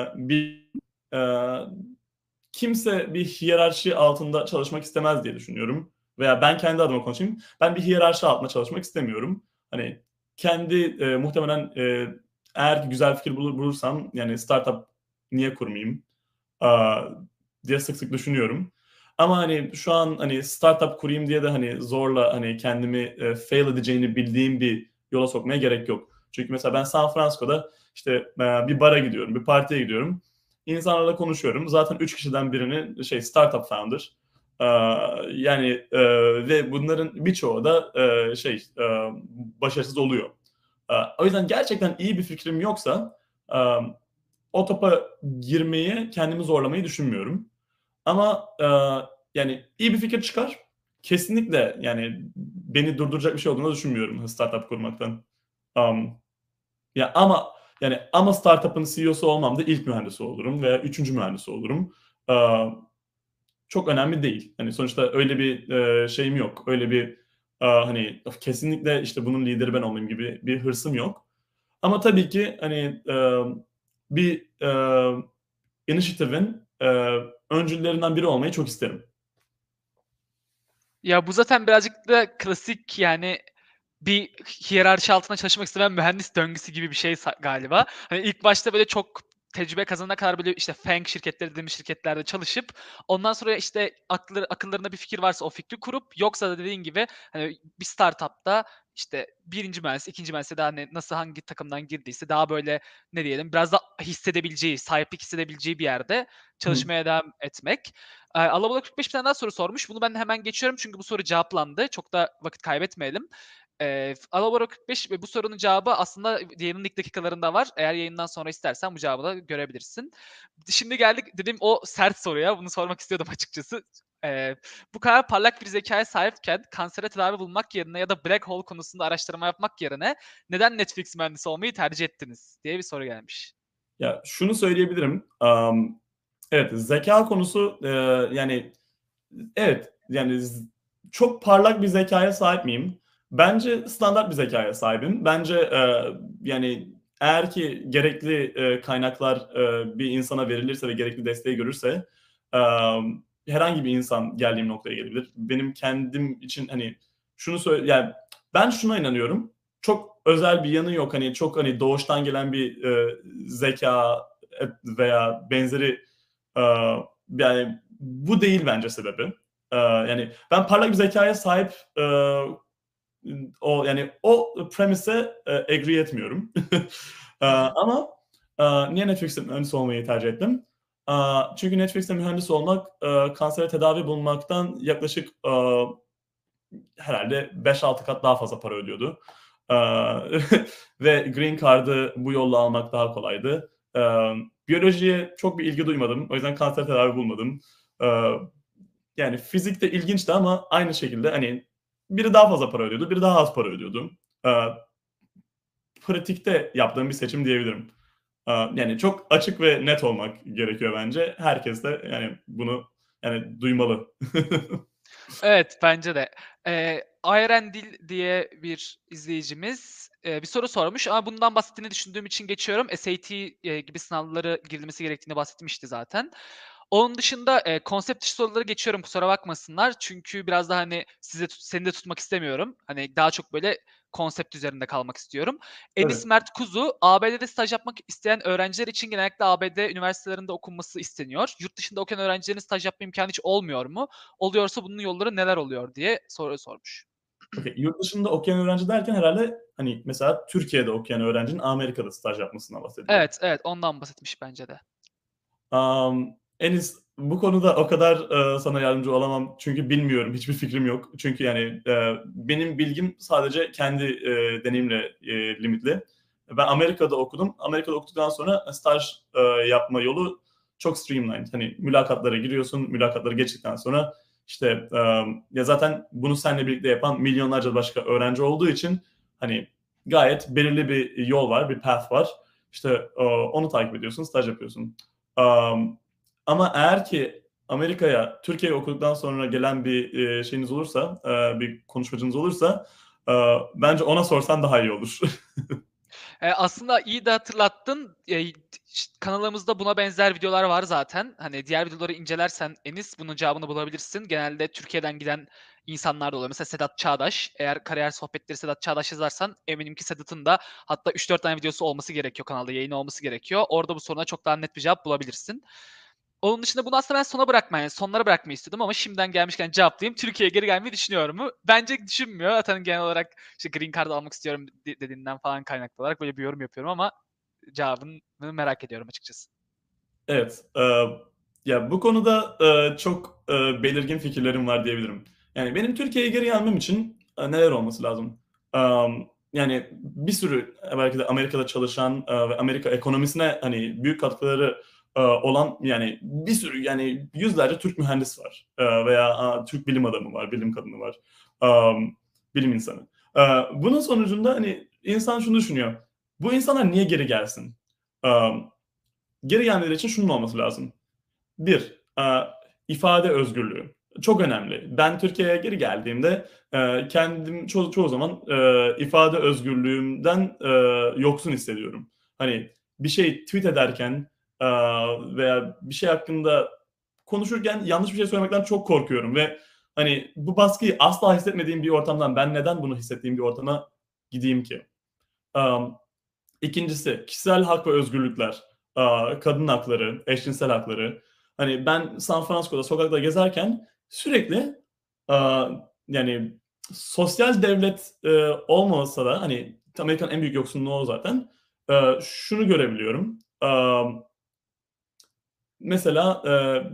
eee, kimse bir hiyerarşi altında çalışmak istemez diye düşünüyorum. Veya ben kendi adıma konuşayım. Ben bir hiyerarşi altında çalışmak istemiyorum. Hani kendi muhtemelen eğer ki güzel fikir bulursam yani startup niye kurmayayım? Aaa, diye sık sık düşünüyorum. Ama, hani, şu an, hani, startup kurayım diye de, hani, zorla, hani, kendimi, fail edeceğini bildiğim bir yola sokmaya gerek yok. Çünkü mesela ben San Francisco'da, işte, bir bara gidiyorum, bir partiye gidiyorum. İnsanlarla konuşuyorum. Zaten 3 kişiden birini startup founder. Yani, ve bunların birçoğu da, başarısız oluyor. O yüzden gerçekten iyi bir fikrim yoksa, o topa girmeyi, kendimi zorlamayı düşünmüyorum. Ama, yani iyi bir fikir çıkar. Kesinlikle, yani beni durduracak bir şey olduğunu düşünmüyorum startup kurmaktan. Amm, ama startup'ın CEO'su olmam da ilk mühendisi olurum veya 3'üncü mühendisi olurum. Aaa, Çok önemli değil. Hani sonuçta öyle bir, şeyim yok. Öyle bir, hani, kesinlikle işte bunun lideri ben olmayayım gibi bir hırsım yok. Ama tabii ki, hani, bir, initiative'in, öncüllerinden biri olmayı çok isterim. Ya, bu zaten birazcık da klasik, yani, bir hiyerarşi altında çalışmak istemeyen mühendis döngüsü gibi bir şey galiba. Hani, ilk başta, böyle, çok tecrübe kazanana kadar, böyle, işte, FAANG şirketleri dediğimiz şirketlerde çalışıp ondan sonra, işte, akıllarında bir fikir varsa o fikri kurup yoksa da dediğin gibi, hani, bir startup'ta, işte, birinci mühendis, ikinci mühendis ya da, hani, nasıl hangi takımdan girdiyse daha, böyle, ne diyelim, biraz da hissedebileceği, sahiplik hissedebileceği bir yerde Hı. çalışmaya devam etmek. Alabalık 45 bir tane daha soru sormuş. Bunu ben hemen geçiyorum çünkü bu soru cevaplandı. Çok da vakit kaybetmeyelim. Alabalık 45 ve bu sorunun cevabı aslında yayının ilk dakikalarında var. Eğer yayından sonra istersen bu cevabı da görebilirsin. Şimdi geldik dediğim o sert soruya. Bunu sormak istiyordum açıkçası. Eee, Bu kadar parlak bir zekâya sahipken kansere tedavi bulmak yerine ya da black hole konusunda araştırma yapmak yerine neden Netflix mühendisi olmayı tercih ettiniz diye bir soru gelmiş. Ya, şunu söyleyebilirim. Evet, zekâ konusu, yani, evet, yani çok parlak bir zekâya sahip miyim? Bence standart bir zekâya sahibim. Bence, yani, eğer ki gerekli, kaynaklar, bir insana verilirse ve gerekli desteği görürse, herhangi bir insan geldiğim noktaya gelebilir. Benim kendim için, hani, yani, ben şuna inanıyorum, çok özel bir yanı yok. Hani, çok, hani, doğuştan gelen bir, zekâ veya benzeri, yani, bu değil bence sebebi. Yani ben parlak bir zekâya sahip, o premise'e, agree etmiyorum. Hı hı. Ama, niye Netflix'te mühendis olmayı tercih ettim? Çünkü Netflix'te mühendis olmak, kansere tedavi bulmaktan yaklaşık, herhâlde 5-6 kat daha fazla para ödüyordu. Aaa, ve green card'ı bu yolla almak daha kolaydı. Biyolojiye çok bir ilgi duymadım. O yüzden kanser tedavi bulmadım. Aaa, Yani fizik de ilginçti ama aynı şekilde, hani, biri daha fazla para ödüyordu, biri daha az para ödüyordu. Aaa, Pratikte yaptığım bir seçim diyebilirim. Yani çok açık ve net olmak gerekiyor bence. Herkes de, yani, bunu, yani, duymalı. Evet, bence de. Ayren Dil diye bir izleyicimiz, bir soru sormuş ama bundan bahsettiğini düşündüğüm için geçiyorum. SAT, gibi sınavları girilmesi gerektiğini bahsetmişti zaten. Onun dışında, konsept dışı soruları geçiyorum, kusura bakmasınlar. Çünkü biraz daha, hani, seni de tutmak istemiyorum. Hani, daha çok böyle konsept üzerinde kalmak istiyorum. Enis Tabii. Mert Kuzu, ABD'de staj yapmak isteyen öğrenciler için genellikle ABD üniversitelerinde okunması isteniyor. Yurt dışında okuyan öğrencilerin staj yapma imkânı hiç olmuyor mu? Oluyorsa bunun yolları neler oluyor diye soru sormuş. Okay. Yurt dışında okuyan öğrenci derken herhâlde, hani, mesela Türkiye'de okuyan öğrencinin Amerika'da staj yapmasından bahsediliyor. Evet, evet, ondan bahsetmiş bence de. Enis Bu konuda o kadar, sana yardımcı olamam çünkü bilmiyorum, hiçbir fikrim yok. Çünkü, yani, benim bilgim sadece kendi, deneyimle, limitli. Ben Amerika'da okudum. Amerika'da okuduktan sonra staj, yapma yolu çok streamlined. Hani, mülakatlara giriyorsun, mülakatları geçtikten sonra, işte, ya, zaten bunu seninle birlikte yapan milyonlarca başka öğrenci olduğu için, hani, gayet belirli bir yol var, bir path var. İşte, onu takip ediyorsun, staj yapıyorsun. Emm ama eğer ki Amerika'ya, Türkiye'ye okuduktan sonra gelen bir, şeyiniz olursa, bir konuşmacınız olursa, bence ona sorsan daha iyi olur. Aslında iyi de hatırlattın. Kanalımızda buna benzer videolar var zaten. Hani, diğer videoları incelersen Enis, bunun cevabını bulabilirsin. Genelde Türkiye'den giden insanlar da oluyor. Mesela Sedat Çağdaş. Eğer kariyer sohbetleri Sedat Çağdaş yazarsan eminim ki Sedat'ın da hatta 3-4 tane videosu olması gerekiyor kanalda, yayını olması gerekiyor. Orada bu soruna çok daha net bir cevap bulabilirsin. Onun dışında bunu aslında ben sonlara bırakmayı istiyordum ama şimdiden gelmişken cevaplayayım. Türkiye'ye geri gelmeyi düşünüyor mu? Bence düşünmüyor. Zaten genel olarak işte green card almak istiyorum dediğinden falan kaynaklı olarak böyle bir yorum yapıyorum ama cevabını merak ediyorum açıkçası. Evet, ya, bu konuda, çok, belirgin fikirlerim var diyebilirim. Yani, benim Türkiye'ye geri gelmem için, neler olması lazım? Yani, bir sürü, belki de Amerika'da çalışan, ve Amerika ekonomisine, hani, büyük katkıları, olan, yani, bir sürü, yani, yüzlerce Türk mühendis var, veya, Türk bilim adamı var, bilim kadını var, emm, bilim insanı. Bunun sonucunda, hani, insan şunu düşünüyor: Bu insanlar niye geri gelsin? Emm Geri gelmeleri için şunun olması lazım. Bir, ifade özgürlüğü. Çok önemli. Ben Türkiye'ye geri geldiğimde, kendim çoğu zaman, ifade özgürlüğümden, yoksun hissediyorum. Hani, bir şey tweet ederken, veya bir şey hakkında konuşurken yanlış bir şey söylemekten çok korkuyorum ve, hani, bu baskıyı asla hissetmediğim bir ortamdan ben neden bunu hissettiğim bir ortama gideyim ki? Emm 2'ncisi kişisel hak ve özgürlükler, kadın hakları, eşcinsel hakları. Hani ben San Francisco'da sokakta gezerken sürekli, aaa, yani sosyal devlet, olmasa da hani Amerika'nın en büyük yoksunluğu o zaten. Şunu görebiliyorum. Mesela,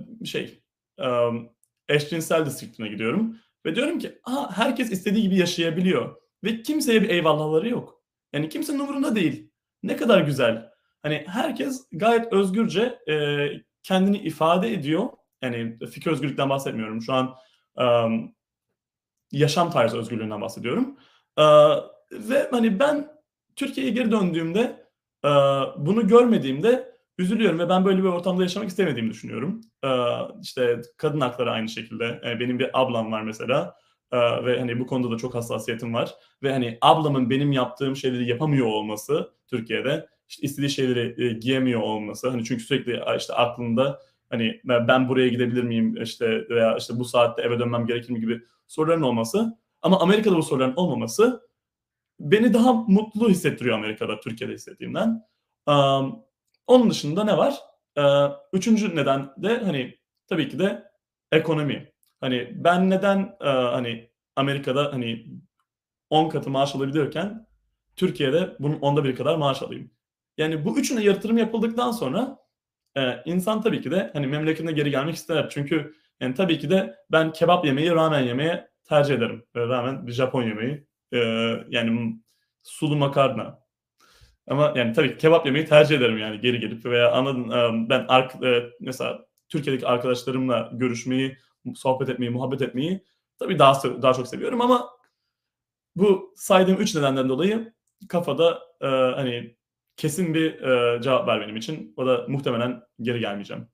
eşcinsel district'ine gidiyorum ve diyorum ki, herkes istediği gibi yaşayabiliyor ve kimseye bir eyvallahları yok. Yani kimsenin umurunda değil. Ne kadar güzel. Hani herkes gayet özgürce, kendini ifade ediyor. Yani fikir özgürlükten bahsetmiyorum. Şu an, emm, yaşam tarzı özgürlüğünden bahsediyorum. Aaa, ve hani ben Türkiye'ye geri döndüğümde, bunu görmediğimde üzülüyorum ve ben böyle bir ortamda yaşamak istemediğimi düşünüyorum. İşte kadın hakları aynı şekilde. Benim bir ablam var mesela, ve hani bu konuda da çok hassasiyetim var ve hani ablamın benim yaptığım şeyleri yapamıyor olması Türkiye'de, işte istediği şeyleri, giyemiyor olması, hani çünkü sürekli, işte aklında, hani, ben buraya gidebilir miyim, işte veya işte bu saatte eve dönmem gerekir mi gibi soruların olması ama Amerika'da bu soruların olmaması beni daha mutlu hissettiriyor Amerika'da Türkiye'de hissettiğimden. Onun dışında ne var? 3'üncü neden de, hani, tabii ki de ekonomi. Hani, ben neden, hani, Amerika'da, hani, 10 katı maaş alabiliyorken Türkiye'de bunun 1/10 kadar maaş alayım? Yani bu üçüne yatırım yapıldıktan sonra, insan tabii ki de, hani, memleketine geri gelmek ister. Çünkü, yani, tabii ki de ben kebap yemeyi, ramen yemeye tercih ederim. Ramen bir Japon yemeği. Yani, sulu makarna ama, yani, tabii ki kebap yemeyi tercih ederim, yani, geri gelip veya anladın, ben mesela Türkiye'deki arkadaşlarımla görüşmeyi, sohbet etmeyi, muhabbet etmeyi tabii daha çok seviyorum ama bu saydığım 3 nedenden dolayı kafada, hani, kesin bir, cevap var benim için. O da muhtemelen geri gelmeyeceğim.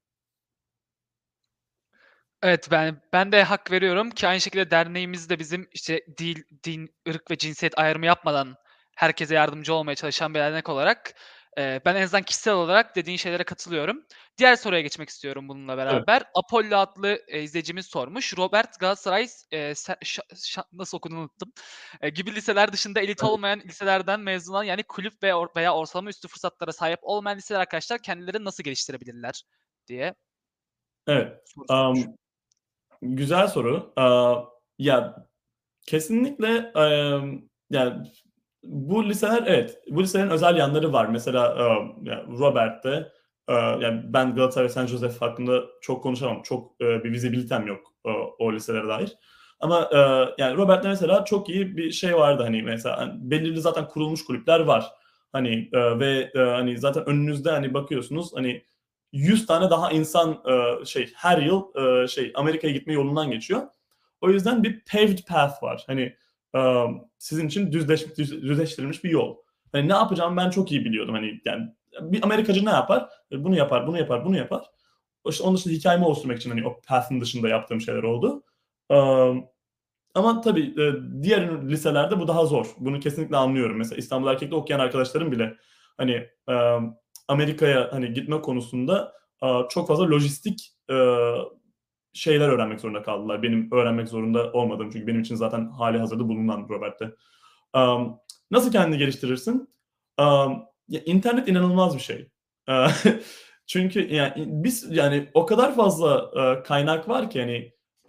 Evet, ben de hak veriyorum ki aynı şekilde derneğimiz de bizim, işte, din, ırk ve cinsiyet ayrımı yapmadan herkese yardımcı olmaya çalışan bir dernek olarak, ben en azından kişisel olarak dediğin şeylere katılıyorum. Diğer soruya geçmek istiyorum bununla Evet, beraber. Apollo adlı, izleyicimiz sormuş. Robert Galatasaray, se şa şa nasıl okunduğunu unuttum, gibi liseler dışında elit evet, olmayan liselerden mezun olan, yani kulüp veya ortalama üstü fırsatlara sahip olmayan liseler arkadaşlar kendilerini nasıl geliştirebilirler diye evet. soru sormuş. Amm, güzel soru. Ya, kesinlikle, ya, bu liseler evet, bu liselerin özel yanları var. Mesela, ya, Robert'te. Yani ben Galatasaray ve San Jose hakkında çok konuşamam. Çok bir vizibilitem yok o liselere dair. Ama yani Robert'te mesela çok iyi bir şey vardı, hani mesela hani belirli zaten kurulmuş kulüpler var. Hani ve hani zaten önünüzde hani bakıyorsunuz, hani 100 tane daha insan her yıl Amerika'ya gitme yolundan geçiyor. O yüzden bir paved path var. Hani sizin için düzleştirilmiş bir yol. Hani ne yapacağımı ben çok iyi biliyordum. Hani yani bir Amerikacı ne yapar? Bunu yapar, bunu yapar, bunu yapar. İşte onun dışında hikayemi oluşturmak için hani o path'ın dışında yaptığım şeyler oldu. Ama tabii diğer liselerde bu daha zor. Bunu kesinlikle anlıyorum. Mesela İstanbul Erkek'te okuyan arkadaşlarım bile hani Amerika'ya hani gitme konusunda çok fazla lojistik şeyler öğrenmek zorunda kaldılar. Benim öğrenmek zorunda olmadığım, çünkü benim için zaten hali hazırda bulunan Robert'te. Nasıl kendini geliştirirsin? Ya internet inanılmaz bir şey. Eee, Çünkü yani o kadar fazla kaynak var ki hani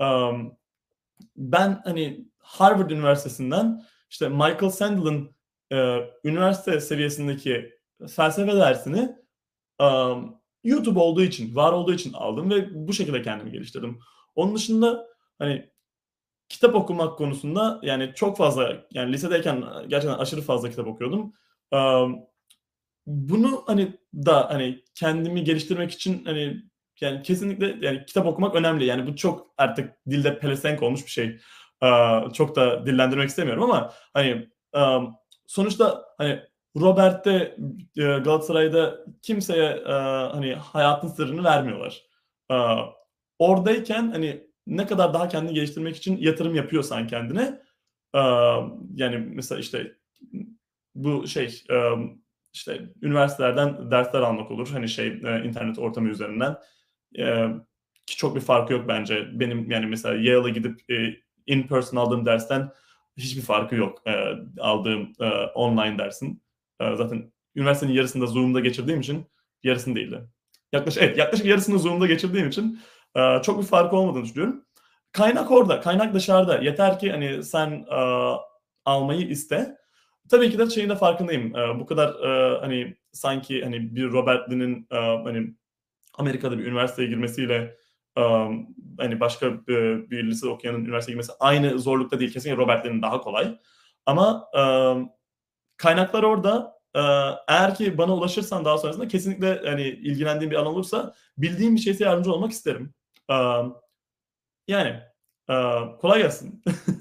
ben hani Harvard Üniversitesi'nden işte Michael Sandel'ın üniversite seviyesindeki felsefe dersini YouTube olduğu için, var olduğu için aldım ve bu şekilde kendimi geliştirdim. Onun dışında hani kitap okumak konusunda yani çok fazla, yani lisedeyken gerçekten aşırı fazla kitap okuyordum. Emm, Bunu hani kendimi geliştirmek için hani yani kesinlikle yani kitap okumak önemli. Yani bu çok artık dilde pelesenk olmuş bir şey. Çok da dillendirmek istemiyorum ama hani sonuçta hani Robert'te Galatasaray'da kimseye hani hayatın sırrını vermiyorlar. Aaa, Oradayken hani ne kadar daha kendini geliştirmek için yatırım yapıyorsan kendine, yani mesela işte bu işte üniversitelerden dersler almak olur. Hani internet ortamı üzerinden. Ki çok bir farkı yok bence. Benim yani mesela Yale'a gidip in person aldığım dersten hiçbir farkı yok aldığım online dersin. Zaten üniversitenin yarısını da Zoom'da geçirdiğim için, yarısını değil de. Yaklaşık yarısını Zoom'da geçirdiğim için çok bir farkı olmadığını düşünüyorum. Kaynak orada, kaynak dışarıda. Yeter ki hani sen almayı iste. Tabii ki de şeyin de farkındayım. Bu kadar hani sanki hani bir Robert Lee'nin hani Amerika'da bir üniversiteye girmesiyle hani başka bir lise okuyanın üniversiteye girmesi aynı zorlukta değil. Kesinlikle Robert Lee'nin daha kolay. Ama kaynaklar orada. Eğer ki bana ulaşırsan daha sonrasında kesinlikle hani ilgilendiğim bir alan olursa bildiğim bir şeyse yardımcı olmak isterim. Emm, Yani kolay gelsin.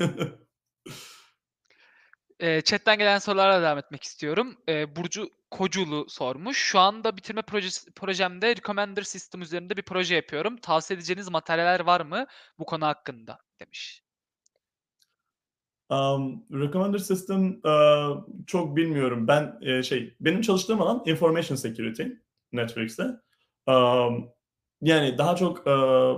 Chat'ten gelen sorularla devam etmek istiyorum. Burcu Koculu sormuş. "Şu anda bitirme projemde Recommender System üzerinde bir proje yapıyorum. Tavsiye edeceğiniz materyaller var mı bu konu hakkında?" demiş. Recommender System çok bilmiyorum. Benim çalıştığım alan Information Security Networks'te. Amm, Yani daha çok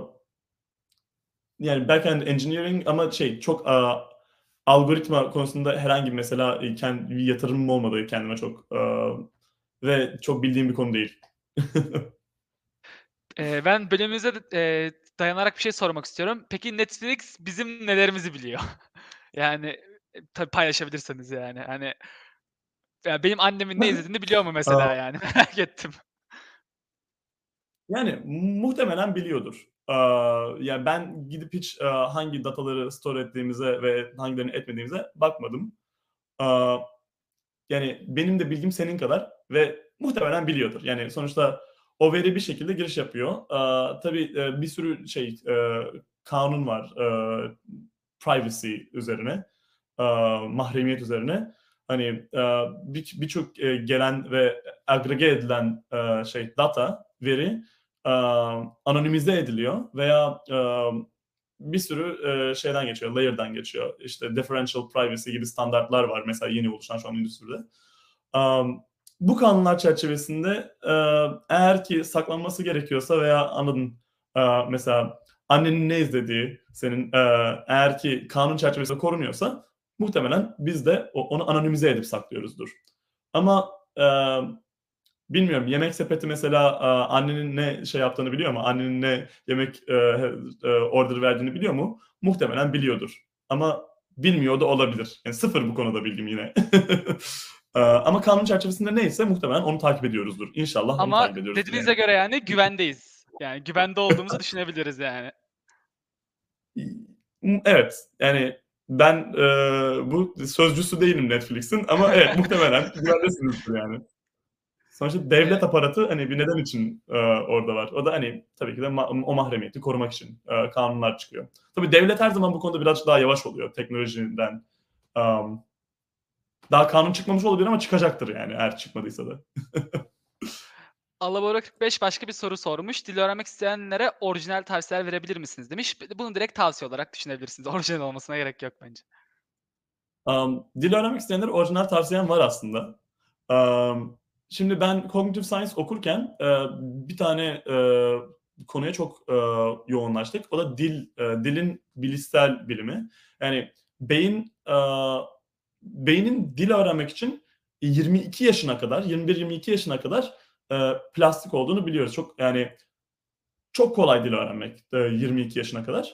yani backend engineering ama çok algoritma konusunda herhangi mesela bir yatırımım olmadı kendime çok ve çok bildiğim bir konu değil. Ben bölümümüze dayanarak bir şey sormak istiyorum. Peki Netflix bizim nelerimizi biliyor? Yani, tabii paylaşabilirseniz yani. Hani, ya, benim annemin ne izlediğini biliyor mu mesela Aaa yani? Merak ettim. Yani muhtemelen biliyordur. Ya, ben gidip hiç hangi dataları store ettiğimize ve hangilerini etmediğimize bakmadım. Aaa, Yani benim de bilgim senin kadar ve muhtemelen biliyordur. Yani sonuçta o veri bir şekilde giriş yapıyor. Tabii bir sürü kanun var privacy üzerine, mahremiyet üzerine. Hani birçok gelen ve agregat edilen data, veri anonimize ediliyor veya bir sürü şeyden geçiyor, layer'dan geçiyor. İşte differential privacy gibi standartlar var mesela yeni oluşan şu an endüstride. Am, Bu kanunlar çerçevesinde eğer ki saklanması gerekiyorsa veya anladın, mesela annenin ne izlediği senin, eğer ki kanun çerçevesinde korunuyorsa muhtemelen biz de onu anonimize edip saklıyoruzdur. Ama bilmiyorum, Yemek Sepeti mesela annenin ne şey yaptığını biliyor mu? Annenin ne yemek order verdiğini biliyor mu? Muhtemelen biliyordur ama bilmiyor da olabilir. Yani sıfır bu konuda bilgim yine. Ama kanun çerçevesinde neyse muhtemelen onu takip ediyoruzdur. İnşallah onu Ama takip ediyoruzdur dediğinize yani. göre yani güvendeyiz. Yani güvende olduğumuzu düşünebiliriz yani. Evet, yani ben, bu sözcüsü değilim Netflix'in ama evet, muhtemelen güvendesinizdir yani. Sonuçta devlet Eee, aparatı, hani, bir neden için, orada var. O da, hani, tabii ki de o mahremiyeti korumak için, kanunlar çıkıyor. Tabii devlet her zaman bu konuda birazcık daha yavaş oluyor teknolojiden. Amm, Daha kanun çıkmamış olabilir ama çıkacaktır yani eğer çıkmadıysa da. Alabora 45 başka bir soru sormuş. Dil öğrenmek isteyenlere orijinal tavsiyeler verebilir misiniz demiş. Bunu direkt tavsiye olarak düşünebilirsiniz. Orijinal olmasına gerek yok bence. Dil öğrenmek isteyenlere orijinal tavsiyem var aslında. Amm, Şimdi ben Cognitive Science okurken, bir tane, konuya çok, yoğunlaştık. O da dilin bilişsel bilimi. Yani beyin, beynin dil öğrenmek için 22 yaşına kadar, 21-22 yaşına kadar, plastik olduğunu biliyoruz. Çok kolay dil öğrenmek, 22 yaşına kadar.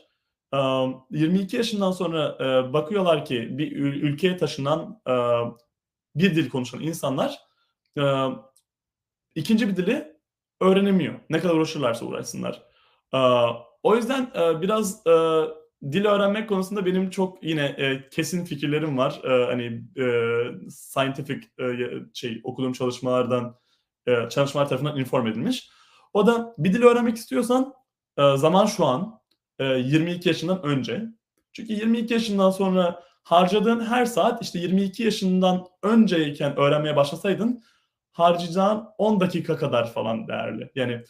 22 yaşından sonra, bakıyorlar ki bir ülkeye taşınan, bir dil konuşan insanlar, eee, 2'nci bir dili öğrenemiyor. Ne kadar uğraşırlarsa uğraşsınlar. O yüzden, biraz, dil öğrenmek konusunda benim çok yine, kesin fikirlerim var. Hani, scientific, okuduğum çalışmalardan, çalışmalar tarafından inform edilmiş. O da bir dil öğrenmek istiyorsan, zaman şu an, 22 yaşından önce. Çünkü 22 yaşından sonra harcadığın her saat, işte, 22 yaşından önceyken öğrenmeye başlasaydın harcayacağın 10 dakika kadar falan değerli. Yani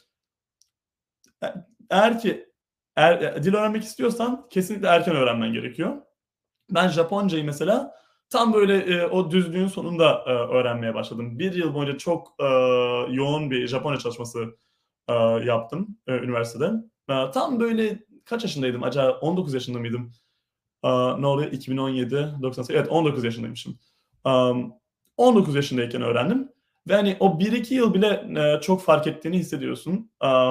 e eğer ki dil öğrenmek istiyorsan kesinlikle erken öğrenmen gerekiyor. Ben Japoncayı mesela tam böyle, o düzlüğün sonunda, öğrenmeye başladım. 1 yıl boyunca çok, yoğun bir Japonca çalışması, yaptım, üniversitede. Tam böyle kaç yaşındaydım acaba? 19 yaşında mıydım? Ne oluyor? 2017, 98, evet 19 yaşındaymışım. Amm, 19 yaşındayken öğrendim ve hani o 1-2 yıl bile, çok fark ettiğini hissediyorsun.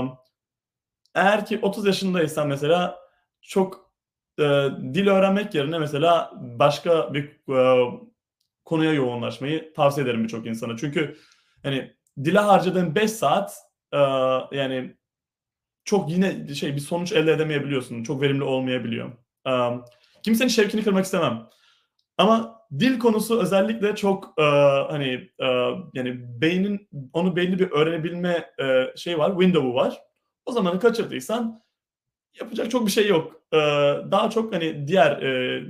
Eğer ki 30 yaşındaysan mesela çok, dil öğrenmek yerine mesela başka bir, konuya yoğunlaşmayı tavsiye ederim birçok insana. Çünkü hani dile harcadığın 5 saat, yani çok yine bir sonuç elde edemeyebiliyorsun. Çok verimli olmayabiliyor. Kimsenin şevkini kırmak istemem. Ama dil konusu özellikle çok, hani, yani beynin onu belli bir öğrenebilme, şeyi var, window'u var. O zamanı kaçırdıysan yapacak çok bir şey yok. Daha çok, hani, diğer,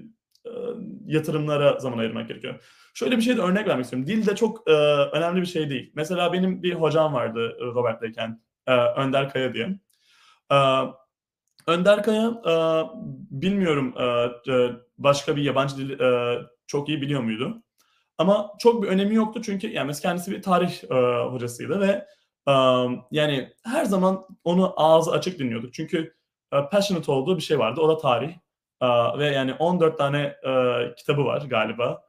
yatırımlara zaman ayırmak gerekiyor. Şöyle bir şeyden örnek vermek istiyorum. Dil de çok, önemli bir şey değil. Mesela benim bir hocam vardı, Robert'teyken, Önder Kaya diye. Eee, Önder Kaya, bilmiyorum, başka bir yabancı dil, çok iyi biliyor muydu? Ama çok bir önemi yoktu çünkü yani mesela kendisi bir tarih, hocasıydı ve, yani her zaman onu ağzı açık dinliyorduk. Çünkü, passionate olduğu bir şey vardı. O da tarih. Ve yani 14 tane, kitabı var galiba.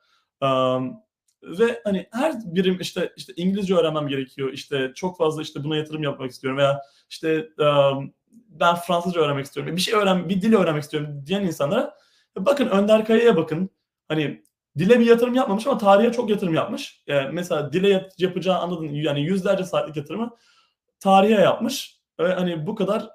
Ve hani her birim işte İngilizce öğrenmem gerekiyor, işte çok fazla işte buna yatırım yapmak istiyorum veya işte, ben Fransızca öğrenmek istiyorum, bir dil öğrenmek istiyorum diyen insanlara bakın Önder Kaya'ya bakın. Hani dile bir yatırım yapmamış ama tarihe çok yatırım yapmış. Mesela dile yapacağı anladın yani yüzlerce saatlik yatırımı tarihe yapmış ve hani bu kadar,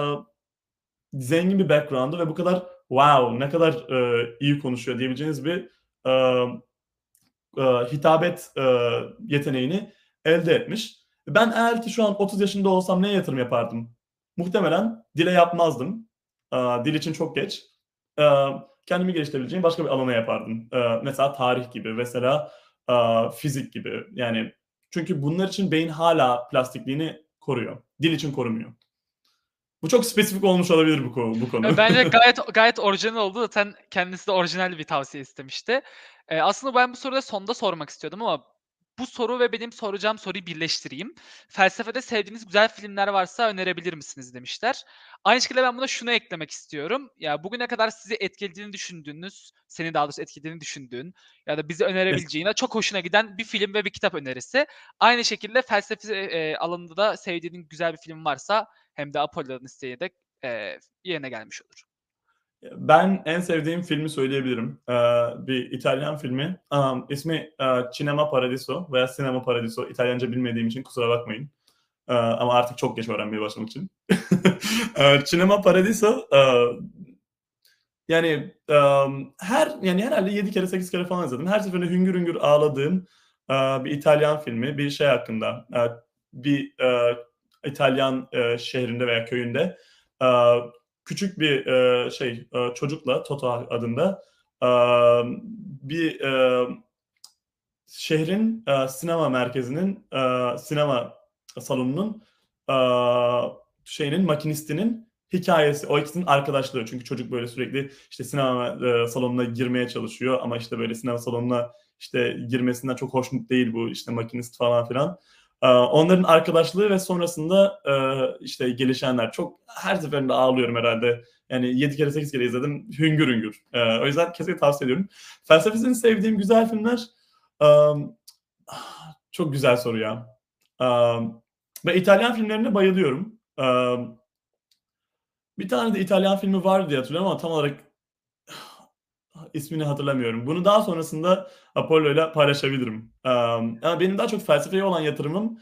zengin bir background'u ve bu kadar wow ne kadar, iyi konuşuyor diyebileceğiniz bir, emm, hitabet, yeteneğini elde etmiş. Ben eğer ki şu an 30 yaşında olsam neye yatırım yapardım? Muhtemelen dile yapmazdım. Dil için çok geç. Kendimi geliştirebileceğim başka bir alana yapardım. Mesela tarih gibi, mesela, fizik gibi. Yani çünkü bunlar için beyin hâlâ plastikliğini koruyor. Dil için korumuyor. Bu çok spesifik olmuş olabilir bu konu. Bence gayet orijinal oldu. Zaten kendisi de orijinal bir tavsiye istemişti. Aslında ben bu soruyu sonda sormak istiyordum ama bu soru ve benim soracağım soruyu birleştireyim. Felsefede sevdiğiniz güzel filmler varsa önerebilir misiniz demişler. Aynı şekilde ben buna şunu eklemek istiyorum. Ya bugüne kadar sizi etkilediğini düşündüğünüz, seni daha doğrusu etkilediğini düşündüğün ya da bize önerebileceğin ya çok hoşuna giden bir film ve bir kitap önerisi. Aynı şekilde felsefe, alanında da sevdiğin güzel bir film varsa hem de Apollo'nun isteği de, yerine gelmiş olur. Ben en sevdiğim filmi söyleyebilirim. Bir İtalyan filmi. İsmi Cinema Paradiso veya Sinema Paradiso. İtalyanca bilmediğim için kusura bakmayın. Ama artık çok geç öğrenmeye başlamak için. Cinema Paradiso yani yani herhalde 7 kere 8 kere falan izledim. Her seferinde hüngür hüngür ağladığım bir İtalyan filmi. Bir şey hakkında bir İtalyan şehrinde veya köyünde eee, küçük bir çocukla Toto adında bir şehrin sinema merkezinin sinema salonunun makinistinin hikayesi. O ikisinin arkadaşlığı. Çünkü çocuk böyle sürekli işte sinema salonuna girmeye çalışıyor ama işte böyle sinema salonuna işte girmesinden çok hoşnut değil bu işte makinist falan filan. Onların arkadaşlığı ve sonrasında işte gelişenler. Çok her seferinde ağlıyorum herhalde. Yani 7 kere 8 kere izledim. Hüngür hüngür. O yüzden kesinlikle tavsiye ediyorum. Felsefesini sevdiğim güzel filmler. Am, Çok güzel soru ya. Ve İtalyan filmlerine bayılıyorum. Bir tane de İtalyan filmi vardı diye hatırlıyorum ama tam olarak ismini hatırlamıyorum. Bunu daha sonrasında Apollo'yla paylaşabilirim. Ama benim daha çok felsefeye olan yatırımım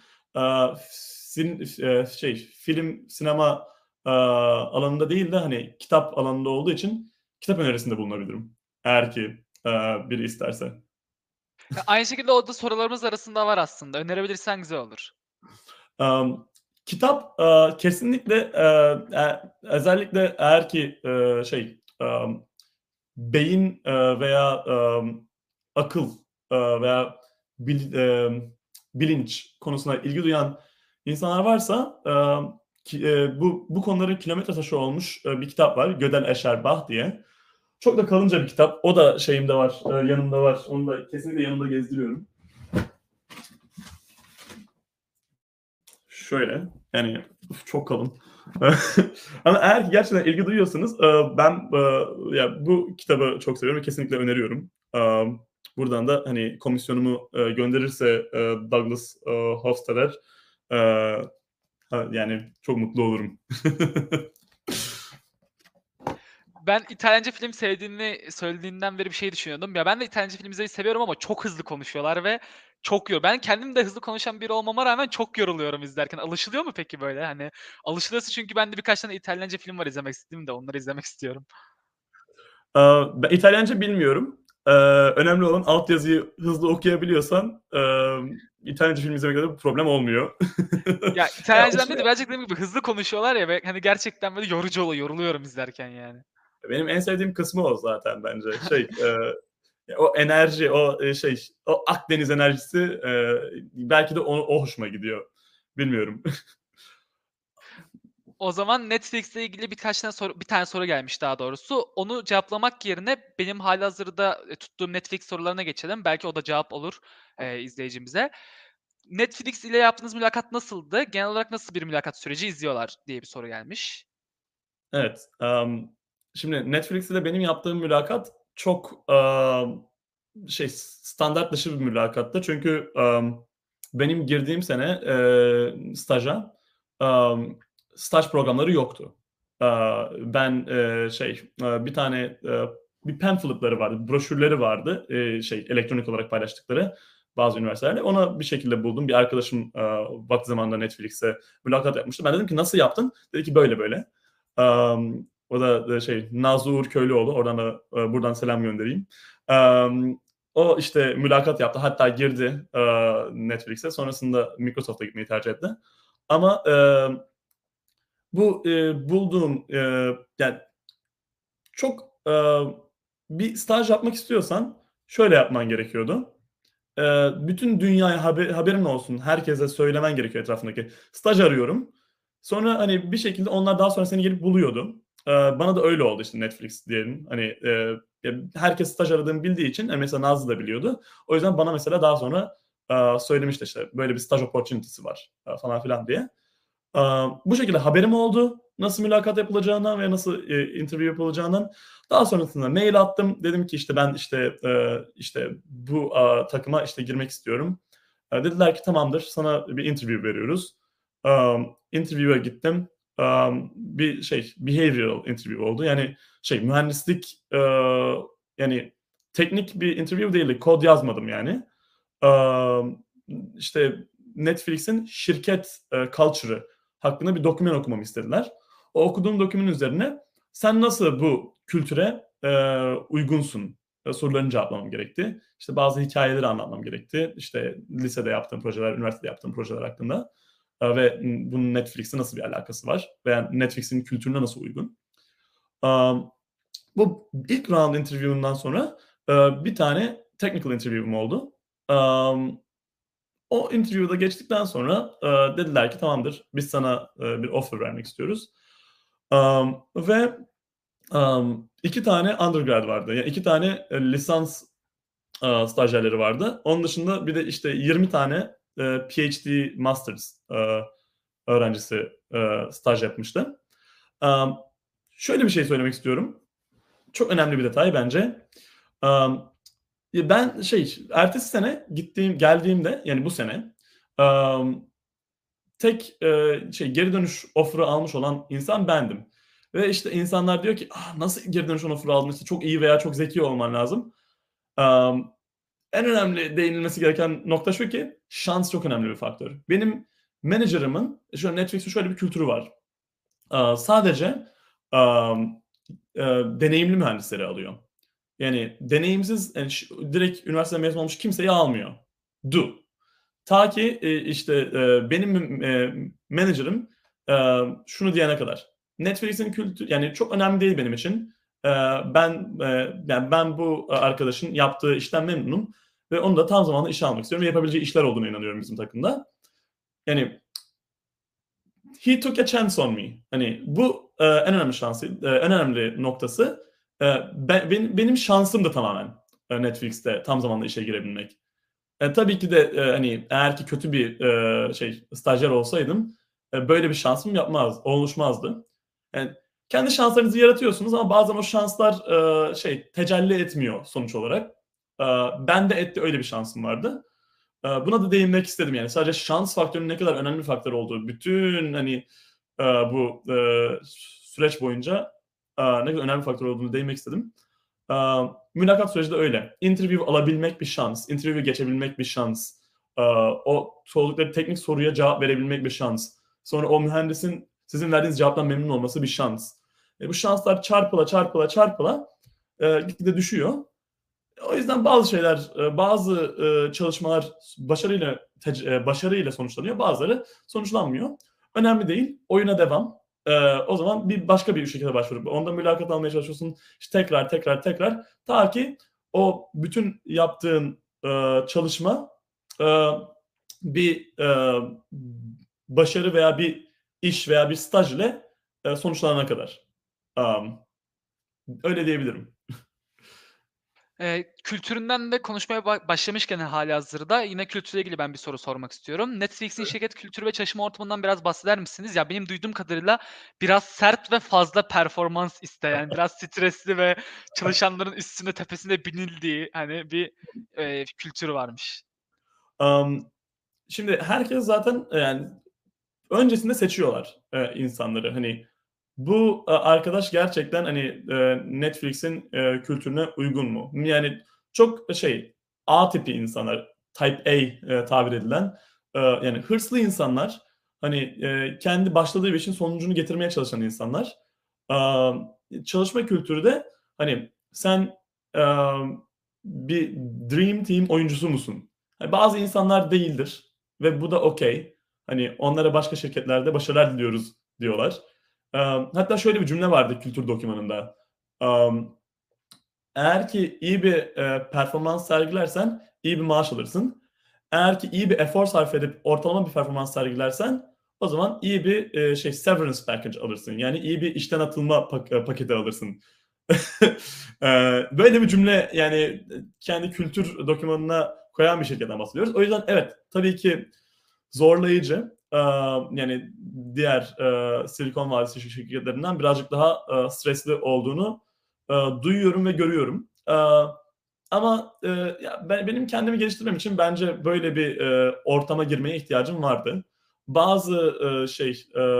film, sinema alanında değil de hani kitap alanında olduğu için kitap önerisinde bulunabilirim. Eğer ki biri isterse. Ya, aynı şekilde o da sorularımız arasında var aslında. Önerebilirsen güzel olur. Emm, Kitap, kesinlikle, özellikle eğer ki, beyin, veya, akıl, veya bilinç konusuna ilgi duyan insanlar varsa, bu konuların kilometre taşı olmuş, bir kitap var. Gödel Escher diye. Çok da kalınca bir kitap. O da şeyimde var, yanımda var. Onu da kesinlikle yanımda gezdiriyorum. Şöyle, yani çok kalın. Ama eğer ki gerçekten ilgi duyuyorsanız, ben, ya, bu kitabı çok seviyorum ve kesinlikle öneriyorum. Buradan da, hani, komisyonumu, gönderirse, Douglas, Hofstadter, eee, yani çok mutlu olurum. Ben İtalyanca film sevdiğini söylediğinden beri bir şey düşünüyordum. Ya, ben de İtalyanca film izlemeyi seviyorum ama çok hızlı konuşuyorlar ve çok Ben kendim de hızlı konuşan biri olmama rağmen çok yoruluyorum izlerken. Alışılıyor mu peki böyle? Hani, alışılıyorsa çünkü bende birkaç tane İtalyanca film var izlemek istediğim de onları izlemek istiyorum. Ben İtalyanca bilmiyorum. Önemli olan altyazıyı hızlı okuyabiliyorsan, İtalyanca film izlemekte de bir problem olmuyor. Ya, Ya, İtalyancadan değil işte de gerçekten dediğim gibi hızlı konuşuyorlar ya ve, hani, gerçekten böyle yorucu oluyor. Yoruluyorum izlerken yani. benim en sevdiğim kısmı o zaten bence. O enerji, o Akdeniz enerjisi, belki de o hoşuma gidiyor. Bilmiyorum. O zaman Netflix'le ilgili bir tane soru gelmiş daha doğrusu. Onu cevaplamak yerine benim hâlihazırda, tuttuğum Netflix sorularına geçelim. Belki o da cevap olur, izleyicimize. Netflix ile yaptığınız mülakat nasıldı? Genel olarak nasıl bir mülakat süreci izliyorlar diye bir soru gelmiş. Evet, şimdi Netflix ile benim yaptığım mülakat çok, standart dışı bir mülakattı. Çünkü, benim girdiğim sene, staja, emm, staj programları yoktu. Ben, bir tane, bir pamphlet'ları vardı, broşürleri vardı, elektronik olarak paylaştıkları bazı üniversitelerde. Ona bir şekilde buldum. Bir arkadaşım, vakti zamanında Netflix'e mülakat yapmıştı. Ben dedim ki, "Nasıl yaptın?" Dedi ki, "Böyle böyle." O da, Nazlı Uğur Köylüoğlu. Oradan da, buradan selam göndereyim. Emm, O, işte, mülakat yaptı. Hatta girdi, Netflix'e. Sonrasında Microsoft'a gitmeyi tercih etti. Ama, bu, bulduğum, yani, çok, bir staj yapmak istiyorsan şöyle yapman gerekiyordu. Bütün dünyaya haberin olsun, herkese söylemen gerekiyor etrafındaki. Staj arıyorum. Sonra, hani, bir şekilde onlar daha sonra seni gelip buluyordu. Bana da öyle oldu, işte, Netflix diyelim. Hani, ya, herkes staj aradığımı bildiği için, mesela Nazlı da biliyordu. O yüzden bana mesela daha sonra, söylemişti, işte, böyle bir staj opportunity'si var, falan filan diye. Bu şekilde haberim oldu nasıl mülakat yapılacağından ve nasıl, interview yapılacağından. Daha sonrasında mail attım. Dedim ki, işte, ben, işte, bu, takıma, işte, girmek istiyorum. Dediler ki, "Tamamdır, sana bir interview veriyoruz." Interview'a gittim. bir behavioral interview oldu. Yani mühendislik, yani teknik bir interview değildi. Kod yazmadım yani. İşte Netflix'in şirket culture'ı hakkında bir doküman okumamı istediler. O okuduğum dokümanın üzerine sen nasıl bu kültüre uygunsun sorularını cevaplamam gerekti. İşte bazı hikayeleri anlatmam gerekti. İşte lisede yaptığım projeler, üniversitede yaptığım projeler hakkında. Ve bunun Netflix'e nasıl bir alakası var? Veya Netflix'in kültürüne nasıl uygun? Bu ilk round interview'undan sonra bir tane technical interview'um oldu. O interview'da geçtikten sonra dediler ki tamamdır biz sana bir offer vermek istiyoruz. Ve 2 tane undergrad vardı. Yani 2 tane lisans stajyerleri vardı. Onun dışında bir de işte 20 tane PhD Masters öğrencisi staj yapmıştı. Şöyle bir şey söylemek istiyorum. Çok önemli bir detay bence. Ben ertesi sene geldiğimde yani bu sene tek geri dönüş offer'ı almış olan insan bendim. Ve işte insanlar diyor ki nasıl geri dönüş offer'ı aldın? İşte çok iyi veya çok zeki olman lazım. En önemli değinilmesi gereken nokta şu ki şans çok önemli bir faktör. Benim menajerımın Netflix'in şöyle bir kültürü var. Sadece deneyimli mühendisleri alıyor. Yani deneyimsiz yani direkt üniversiteden mezun olmuş kimseyi almıyor. Ta ki işte benim menajerim şunu diyene kadar. Netflix'in kültürü yani çok önemli değil benim için. Ben bu arkadaşın yaptığı işten memnunum ve onu da tam zamanlı işe almak istiyorum ve yapabileceği işler olduğuna inanıyorum bizim takımda. Yani he took a chance on me. Hani bu en önemli en önemli noktası. Benim şansım da tamamen Netflix'te tam zamanlı işe girebilmek. Tabii ki de hani eğer ki kötü bir stajyer olsaydım böyle bir şansım oluşmazdı. Yani kendi şanslarınızı yaratıyorsunuz ama bazen o şanslar tecelli etmiyor sonuç olarak. Ben de öyle bir şansım vardı. Buna da değinmek istedim yani. Sadece şans faktörünün ne kadar önemli bir faktör olduğu bütün hani bu süreç boyunca ne kadar önemli bir faktör olduğunu değinmek istedim. Mülakat süreci de öyle. Interview alabilmek bir şans, interview geçebilmek bir şans, o sordukları teknik soruya cevap verebilmek bir şans. Sonra o mühendisin sizin verdiğiniz cevaptan memnun olması bir şans. Bu şanslar çarpıla gitgide düşüyor. O yüzden bazı çalışmalar başarıyla sonuçlanıyor, bazıları sonuçlanmıyor. Önemli değil, oyuna devam. O zaman başka bir şirkete başvurup onda mülakat almaya çalışıyorsun. İşte tekrar ta ki o bütün yaptığın çalışma bir başarı veya bir iş veya bir staj ile sonuçlanana kadar. Öyle diyebilirim. Kültüründen de konuşmaya başlamışken hâlihazırda yine kültürle ilgili ben bir soru sormak istiyorum. Netflix'in şirket kültürü ve çalışma ortamından biraz bahseder misiniz? Ya, benim duyduğum kadarıyla biraz sert ve fazla performans isteyen, biraz stresli ve çalışanların üstüne tepesine binildiği, hani, bir, kültürü varmış. Şimdi herkes zaten yani öncesinde seçiyorlar insanları. Hani bu arkadaş gerçekten hani Netflix'in kültürüne uygun mu? Yani çok A tipi insanlar, Type A tabir edilen yani hırslı insanlar, hani kendi başladığı bir işin sonucunu getirmeye çalışan insanlar. Çalışma kültürü de hani sen bir Dream Team oyuncusu musun? Hani bazı insanlar değildir ve bu da okey. Hani onlara başka şirketlerde başarılar diliyoruz diyorlar. Hatta şöyle bir cümle vardı kültür dokümanında. Eğer ki iyi bir performans sergilersen iyi bir maaş alırsın. Eğer ki iyi bir efor sarf edip ortalama bir performans sergilersen o zaman iyi bir severance package alırsın. Yani iyi bir işten atılma paketi alırsın. Böyle bir cümle yani kendi kültür dokümanına koyan bir şirketten bahsediyoruz. O yüzden evet tabii ki zorlayıcı. Yani diğer Silikon Vadisi şirketlerinden birazcık daha stresli olduğunu duyuyorum ve görüyorum. Ama benim kendimi geliştirmem için bence böyle bir ortama girmeye ihtiyacım vardı. Bazı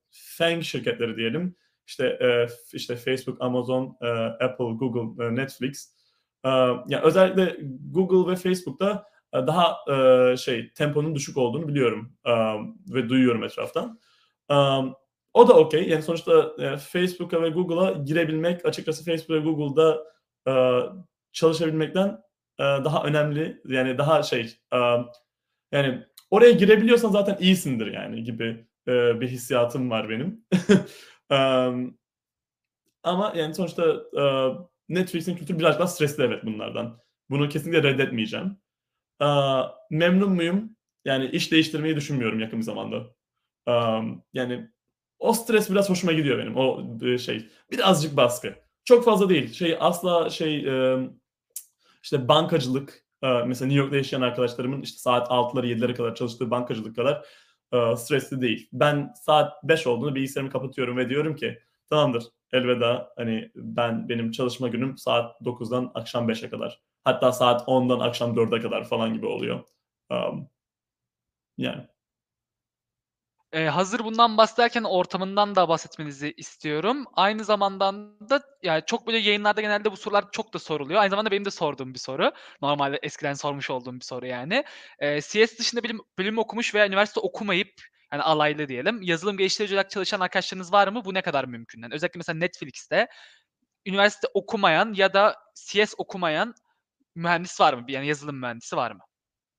FAANG şirketleri diyelim. İşte Facebook, Amazon, Apple, Google, Netflix. Ya özellikle Google ve Facebook'ta daha temponun düşük olduğunu biliyorum ve duyuyorum etraftan. O da okey. Yani sonuçta Facebook'a ve Google'a girebilmek açıkçası Facebook ve Google'da çalışabilmekten daha önemli. Yani daha yani oraya girebiliyorsan zaten iyisindir yani gibi bir hissiyatım var benim. Emm, Ama yani sonuçta Netflix'in kültürü biraz daha stresli evet bunlardan. Bunu kesinlikle reddetmeyeceğim. Memnun muyum? Yani iş değiştirmeyi düşünmüyorum yakın bir zamanda. Yani o stres biraz hoşuma gidiyor benim. O birazcık baskı. Çok fazla değil. Asla işte bankacılık, mesela New York'ta yaşayan arkadaşlarımın işte saat 6'lara 7'lere kadar çalıştığı bankacılık kadar stresli değil. Ben saat 5 olduğunda bilgisayarımı kapatıyorum ve diyorum ki tamamdır, elveda. Hani benim çalışma günüm saat 9'dan akşam 5'e kadar. Hatta saat 10'dan akşam 4'e kadar falan gibi oluyor. Emm, Yani. Hazır bundan bahsederken ortamından da bahsetmenizi istiyorum. Aynı zamandan da yani çok böyle yayınlarda genelde bu sorular çok da soruluyor. Aynı zamanda benim de sorduğum bir soru. Normalde eskiden sormuş olduğum bir soru yani. CS dışında bölüm okumuş veya üniversite okumayıp, yani alaylı diyelim, yazılım geliştirici olarak çalışan arkadaşlarınız var mı? Bu ne kadar mümkün? Yani özellikle mesela Netflix'te üniversite okumayan ya da CS okumayan mühendis var mı? Yani yazılım mühendisi var mı?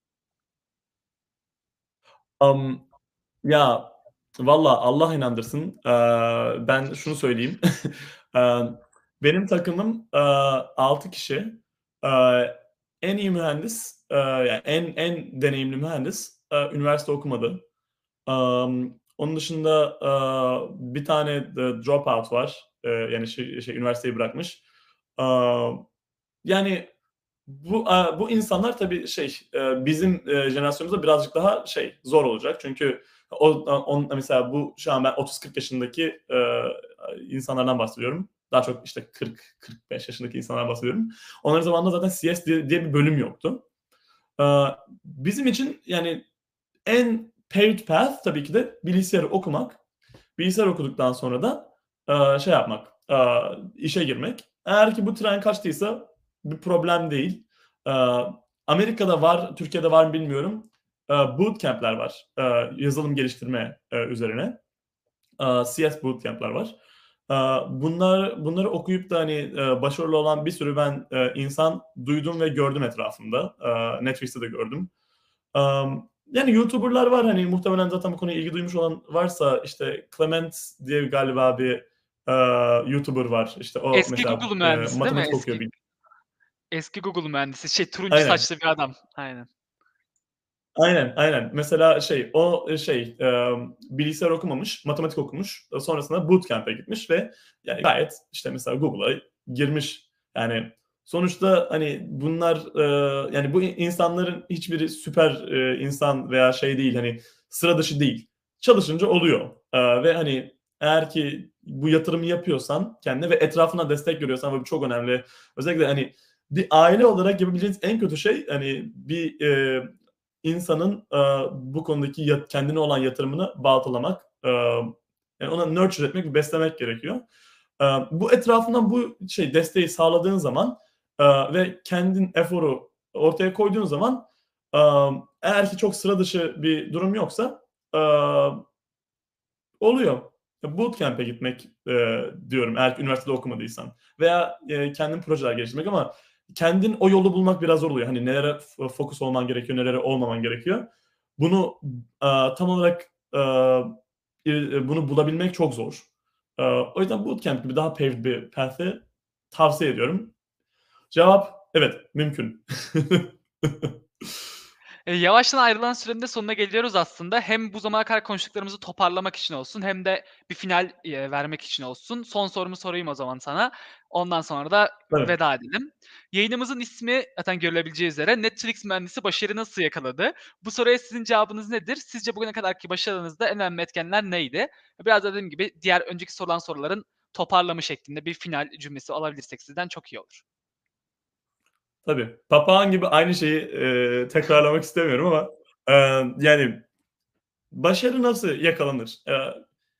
Am, Ya, valla Allah inandırsın. Ben şunu söyleyeyim. Emm, Benim takımım, 6 kişi. Eee, En iyi mühendis, yani en deneyimli mühendis, üniversite okumadı. Onun dışında, bir tane dropout var. Yani üniversiteyi bırakmış. Amm, Yani bu insanlar tabii bizim jenerasyonumuzda birazcık daha zor olacak. Çünkü mesela şu an ben 30-40 yaşındaki insanlardan bahsediyorum. Daha çok işte 40-45 yaşındaki insanlardan bahsediyorum. Onların zamanında zaten CS diye bir bölüm yoktu. Bizim için yani en paved path tabii ki de bilgisayarı okumak. Bilgisayar okuduktan sonra da yapmak, işe girmek. Eğer ki bu tren kaçtıysa bir problem değil. Eee, Amerika'da var, Türkiye'de var mı bilmiyorum. Bootcamp'ler var, yazılım geliştirme üzerine. CS bootcamp'ler var. Bunları okuyup da, hani, başarılı olan bir sürü ben, insan duydum ve gördüm etrafımda. Netflix'te de gördüm. Yani YouTuber'lar var, hani, muhtemelen zaten bu konuya ilgi duymuş olan varsa, işte, Clement diye galiba bir, YouTuber var. İşte, o Eski mesela, Google mühendisi değil mi? matematik okuyor. Eski Google mühendisi. Turuncu Aynen. saçlı bir adam. Aynen. Aynen, aynen. Mesela bilgisayar okumamış, matematik okumuş. Sonrasında bootcamp'e gitmiş ve yani gayet, işte, mesela Google'a girmiş. Yani sonuçta, hani, bunlar, yani bu insanların hiçbiri süper, insan veya değil, hani, sıra dışı değil. Çalışınca oluyor. Ve, hani, eğer ki bu yatırımı yapıyorsan kendine ve etrafına destek görüyorsan ve bu çok önemli. Özellikle, hani, bir aile olarak yapabileceğiniz en kötü şey, hani, bir, insanın, bu konudaki kendine olan yatırımını baltalamak, yani ona nurture etmek ve beslemek gerekiyor. Bu etrafından desteği sağladığın zaman, ve kendin eforu ortaya koyduğun zaman, eğer ki çok sıra dışı bir durum yoksa, aaa, oluyor. Bootcamp'e gitmek, diyorum eğer ki üniversitede okumadıysan veya, kendin projeler geliştirmek ama kendin o yolu bulmak biraz zor oluyor. Hani nelere fokus olman gerekiyor, nelere olmaman gerekiyor. Bunu, tam olarak, bunu bulabilmek çok zor. O yüzden bootcamp gibi daha paved bir path'i tavsiye ediyorum. Cevap evet, mümkün. Yavaştan ayrılan sürenin de sonuna geliyoruz aslında. Hem bu zamana kadar konuştuklarımızı toparlamak için olsun hem de bir final, vermek için olsun. Son sorumu sorayım o zaman sana. Ondan sonra da Tabii. veda edelim. Yayınımızın ismi zaten görülebileceği üzere Netflix mühendisi başarı nasıl yakaladı? Bu soruya sizin cevabınız nedir? Sizce bugüne kadarki başarınızda en önemli etkenler neydi? Biraz da dediğim gibi diğer önceki sorulan soruların toparlamı şeklinde bir final cümlesi alabilirsek sizden çok iyi olur. Tabii. Papağan gibi aynı şeyi, tekrarlamak istemiyorum ama, yani başarı nasıl yakalanır?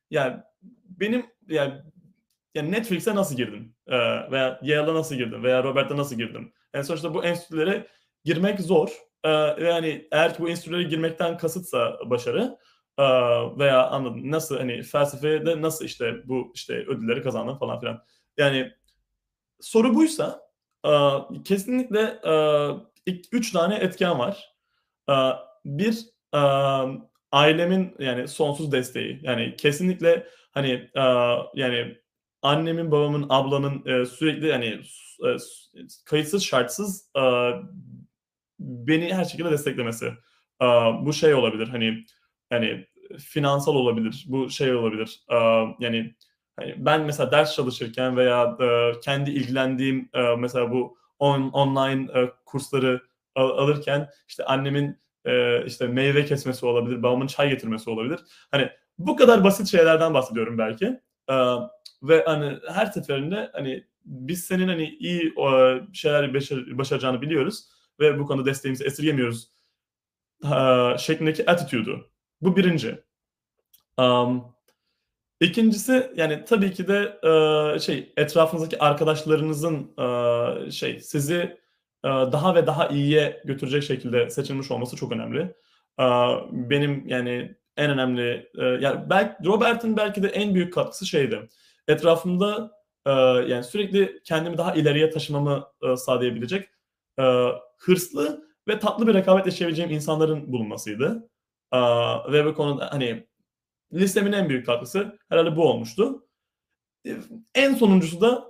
yani benim yani Netflix'e nasıl girdin? Veya Yale'a nasıl girdin? Veya Robert'a nasıl girdin? Yani sonuçta bu enstitülere girmek zor. Ve hani eğer ki bu enstitülere girmekten kasıtsa başarı, veya anladın nasıl hani felsefede nasıl işte bu işte ödülleri kazandın falan filan. Yani soru buysa, kesinlikle, 3 tane etken var. Bir, ailemin, yani, sonsuz desteği. Yani, kesinlikle, hani, yani, annemin, babamın, ablamın, sürekli, hani, kayıtsız şartsız, beni her şekilde desteklemesi. Bu şey olabilir, hani, finansal olabilir, bu şey olabilir. Yani, hani, ben mesela ders çalışırken veya, kendi ilgilendiğim, mesela bu online, kursları alırken, işte, annemin, işte, meyve kesmesi olabilir, babamın çay getirmesi olabilir. Hani, bu kadar basit şeylerden bahsediyorum belki. Eee, Ve, hani, her seferinde, hani, biz senin, hani, iyi, şeyler başaracağını biliyoruz ve bu konuda desteğimizi esirgemiyoruz, şeklindeki attitude'u. Bu 1'inci. Amm, 2'ncisi yani tabii ki de, etrafınızdaki arkadaşlarınızın, sizi, daha ve daha iyiye götürecek şekilde seçilmiş olması çok önemli. Benim yani en önemli, ya Robert'in belki de en büyük katkısı şeydi, etrafımda, eee, yani sürekli kendimi daha ileriye taşımamı, sağlayabilecek, hırslı ve tatlı bir rekabet yaşayabileceğim insanların bulunmasıydı. Ve bu konuda, hani, listemin en büyük katkısı herhâlde bu olmuştu. Eee, En sonuncusu da,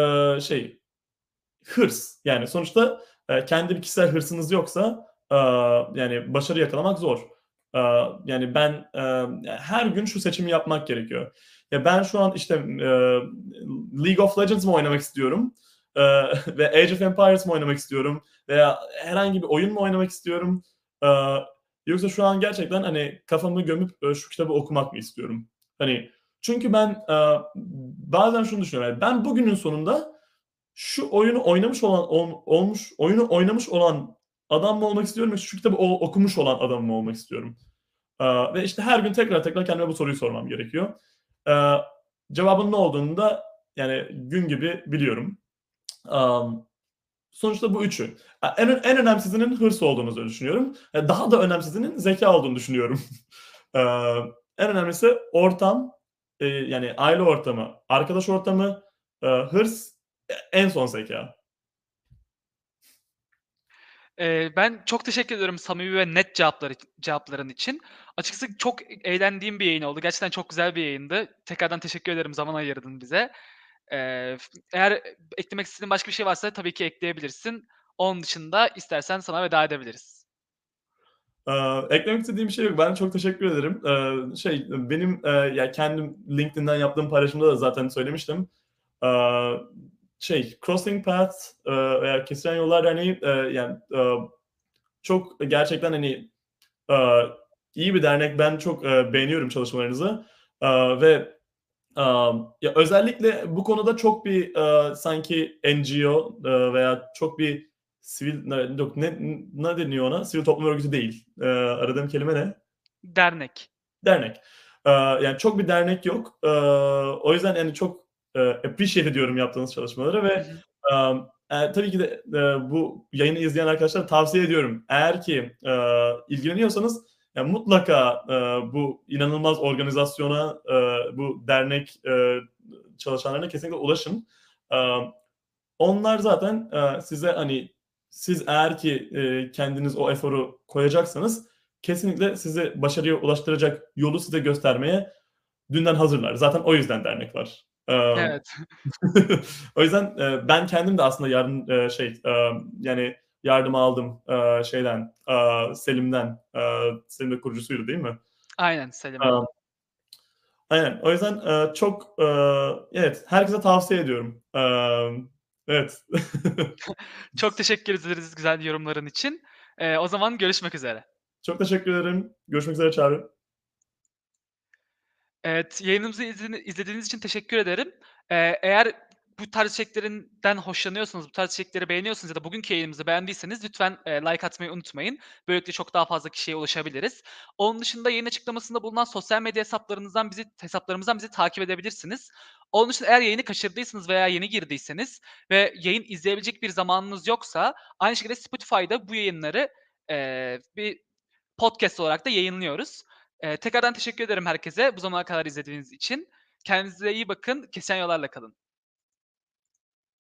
hırs. Yani sonuçta, kendi bir kişisel hırsınız yoksa, yani başarı yakalamak zor. Yani ben, her gün şu seçimi yapmak gerekiyor. Ya, ben şu an, işte, League of Legends mı oynamak istiyorum, ve Age of Empires mı oynamak istiyorum veya herhangi bir oyun mu oynamak istiyorum, eee, yoksa şu an gerçekten, hani, kafamı gömüp, şu kitabı okumak mı istiyorum? Hani, çünkü ben, bazen şunu düşünüyorum, yani ben bugünün sonunda şu oyunu oynamış olan oyunu oynamış olan adam mı olmak istiyorum yoksa şu kitabı okumuş olan adam mı olmak istiyorum? Ve işte her gün tekrar tekrar kendime bu soruyu sormam gerekiyor. Eee, Cevabının ne olduğunu da yani gün gibi biliyorum. Amm, Sonuçta bu üçü. En önemsizinin hırs olduğunu düşünüyorum. Daha da önemsizinin zekâ olduğunu düşünüyorum. En önemlisi ortam, yani aile ortamı, arkadaş ortamı, hırs, en son zekâ. Ben çok teşekkür ediyorum samimi ve net cevapların için. Açıkçası çok eğlendiğim bir yayın oldu. Gerçekten çok güzel bir yayındı. Tekrardan teşekkür ederim, zaman ayırdın bize. Eğer eklemek istediğin başka bir şey varsa tabii ki ekleyebilirsin. Onun dışında istersen sana veda edebiliriz. Eklemek istediğim bir şey yok. Ben çok teşekkür ederim. Benim, ya, kendim LinkedIn'den yaptığım paylaşımda da zaten söylemiştim. Aaa, Crossing Paths, veya Kesilen Yollar Derneği, yani, çok gerçekten, hani, aaa, iyi bir dernek. Ben çok, beğeniyorum çalışmalarınızı, ve ya, özellikle bu konuda çok bir, sanki NGO, veya çok bir sivil yok ne deniyor ona? Sivil toplum örgütü değil. Aradığım kelime ne? Dernek. Dernek. Yani çok bir dernek yok. O yüzden, yani, çok, appreciate ediyorum yaptığınız çalışmaları Hı ve, hı. tabii ki de, bu yayını izleyen arkadaşlara tavsiye ediyorum. Eğer ki, ilgileniyorsanız, ya, mutlaka, bu inanılmaz organizasyona, bu dernek, çalışanlarına kesinlikle ulaşın. Onlar zaten, size, hani, siz eğer ki, kendiniz o eforu koyacaksanız kesinlikle sizi başarıya ulaştıracak yolu size göstermeye dünden hazırlar. Zaten o yüzden dernek var. Evet. O yüzden, ben kendim de aslında yani yardım aldım, şeyden, Selim'den. Selim de kurucusuydu değil mi? Aynen, Selim. Aaa, aynen. O yüzden, çok, evet, herkese tavsiye ediyorum. Evet. Çok teşekkür ederiz güzel yorumların için. O zaman görüşmek üzere. Çok teşekkür ederim. Görüşmek üzere Çağrı. Evet, yayınımızı izlediğiniz için teşekkür ederim. Eğer bu tarz içeriklerinden hoşlanıyorsanız, bu tarz içerikleri beğeniyorsanız ya da bugünkü yayınımızı beğendiyseniz lütfen, like atmayı unutmayın. Böylelikle çok daha fazla kişiye ulaşabiliriz. Onun dışında yayın açıklamasında bulunan sosyal medya hesaplarımızdan bizi takip edebilirsiniz. Onun dışında eğer yayını kaçırdıysanız veya yeni girdiyseniz ve yayın izleyebilecek bir zamanınız yoksa aynı şekilde Spotify'da bu yayınları, bir podcast olarak da yayınlıyoruz. Tekrardan teşekkür ederim herkese bu zamana kadar izlediğiniz için. Kendinize iyi bakın, kesen yollarla kalın.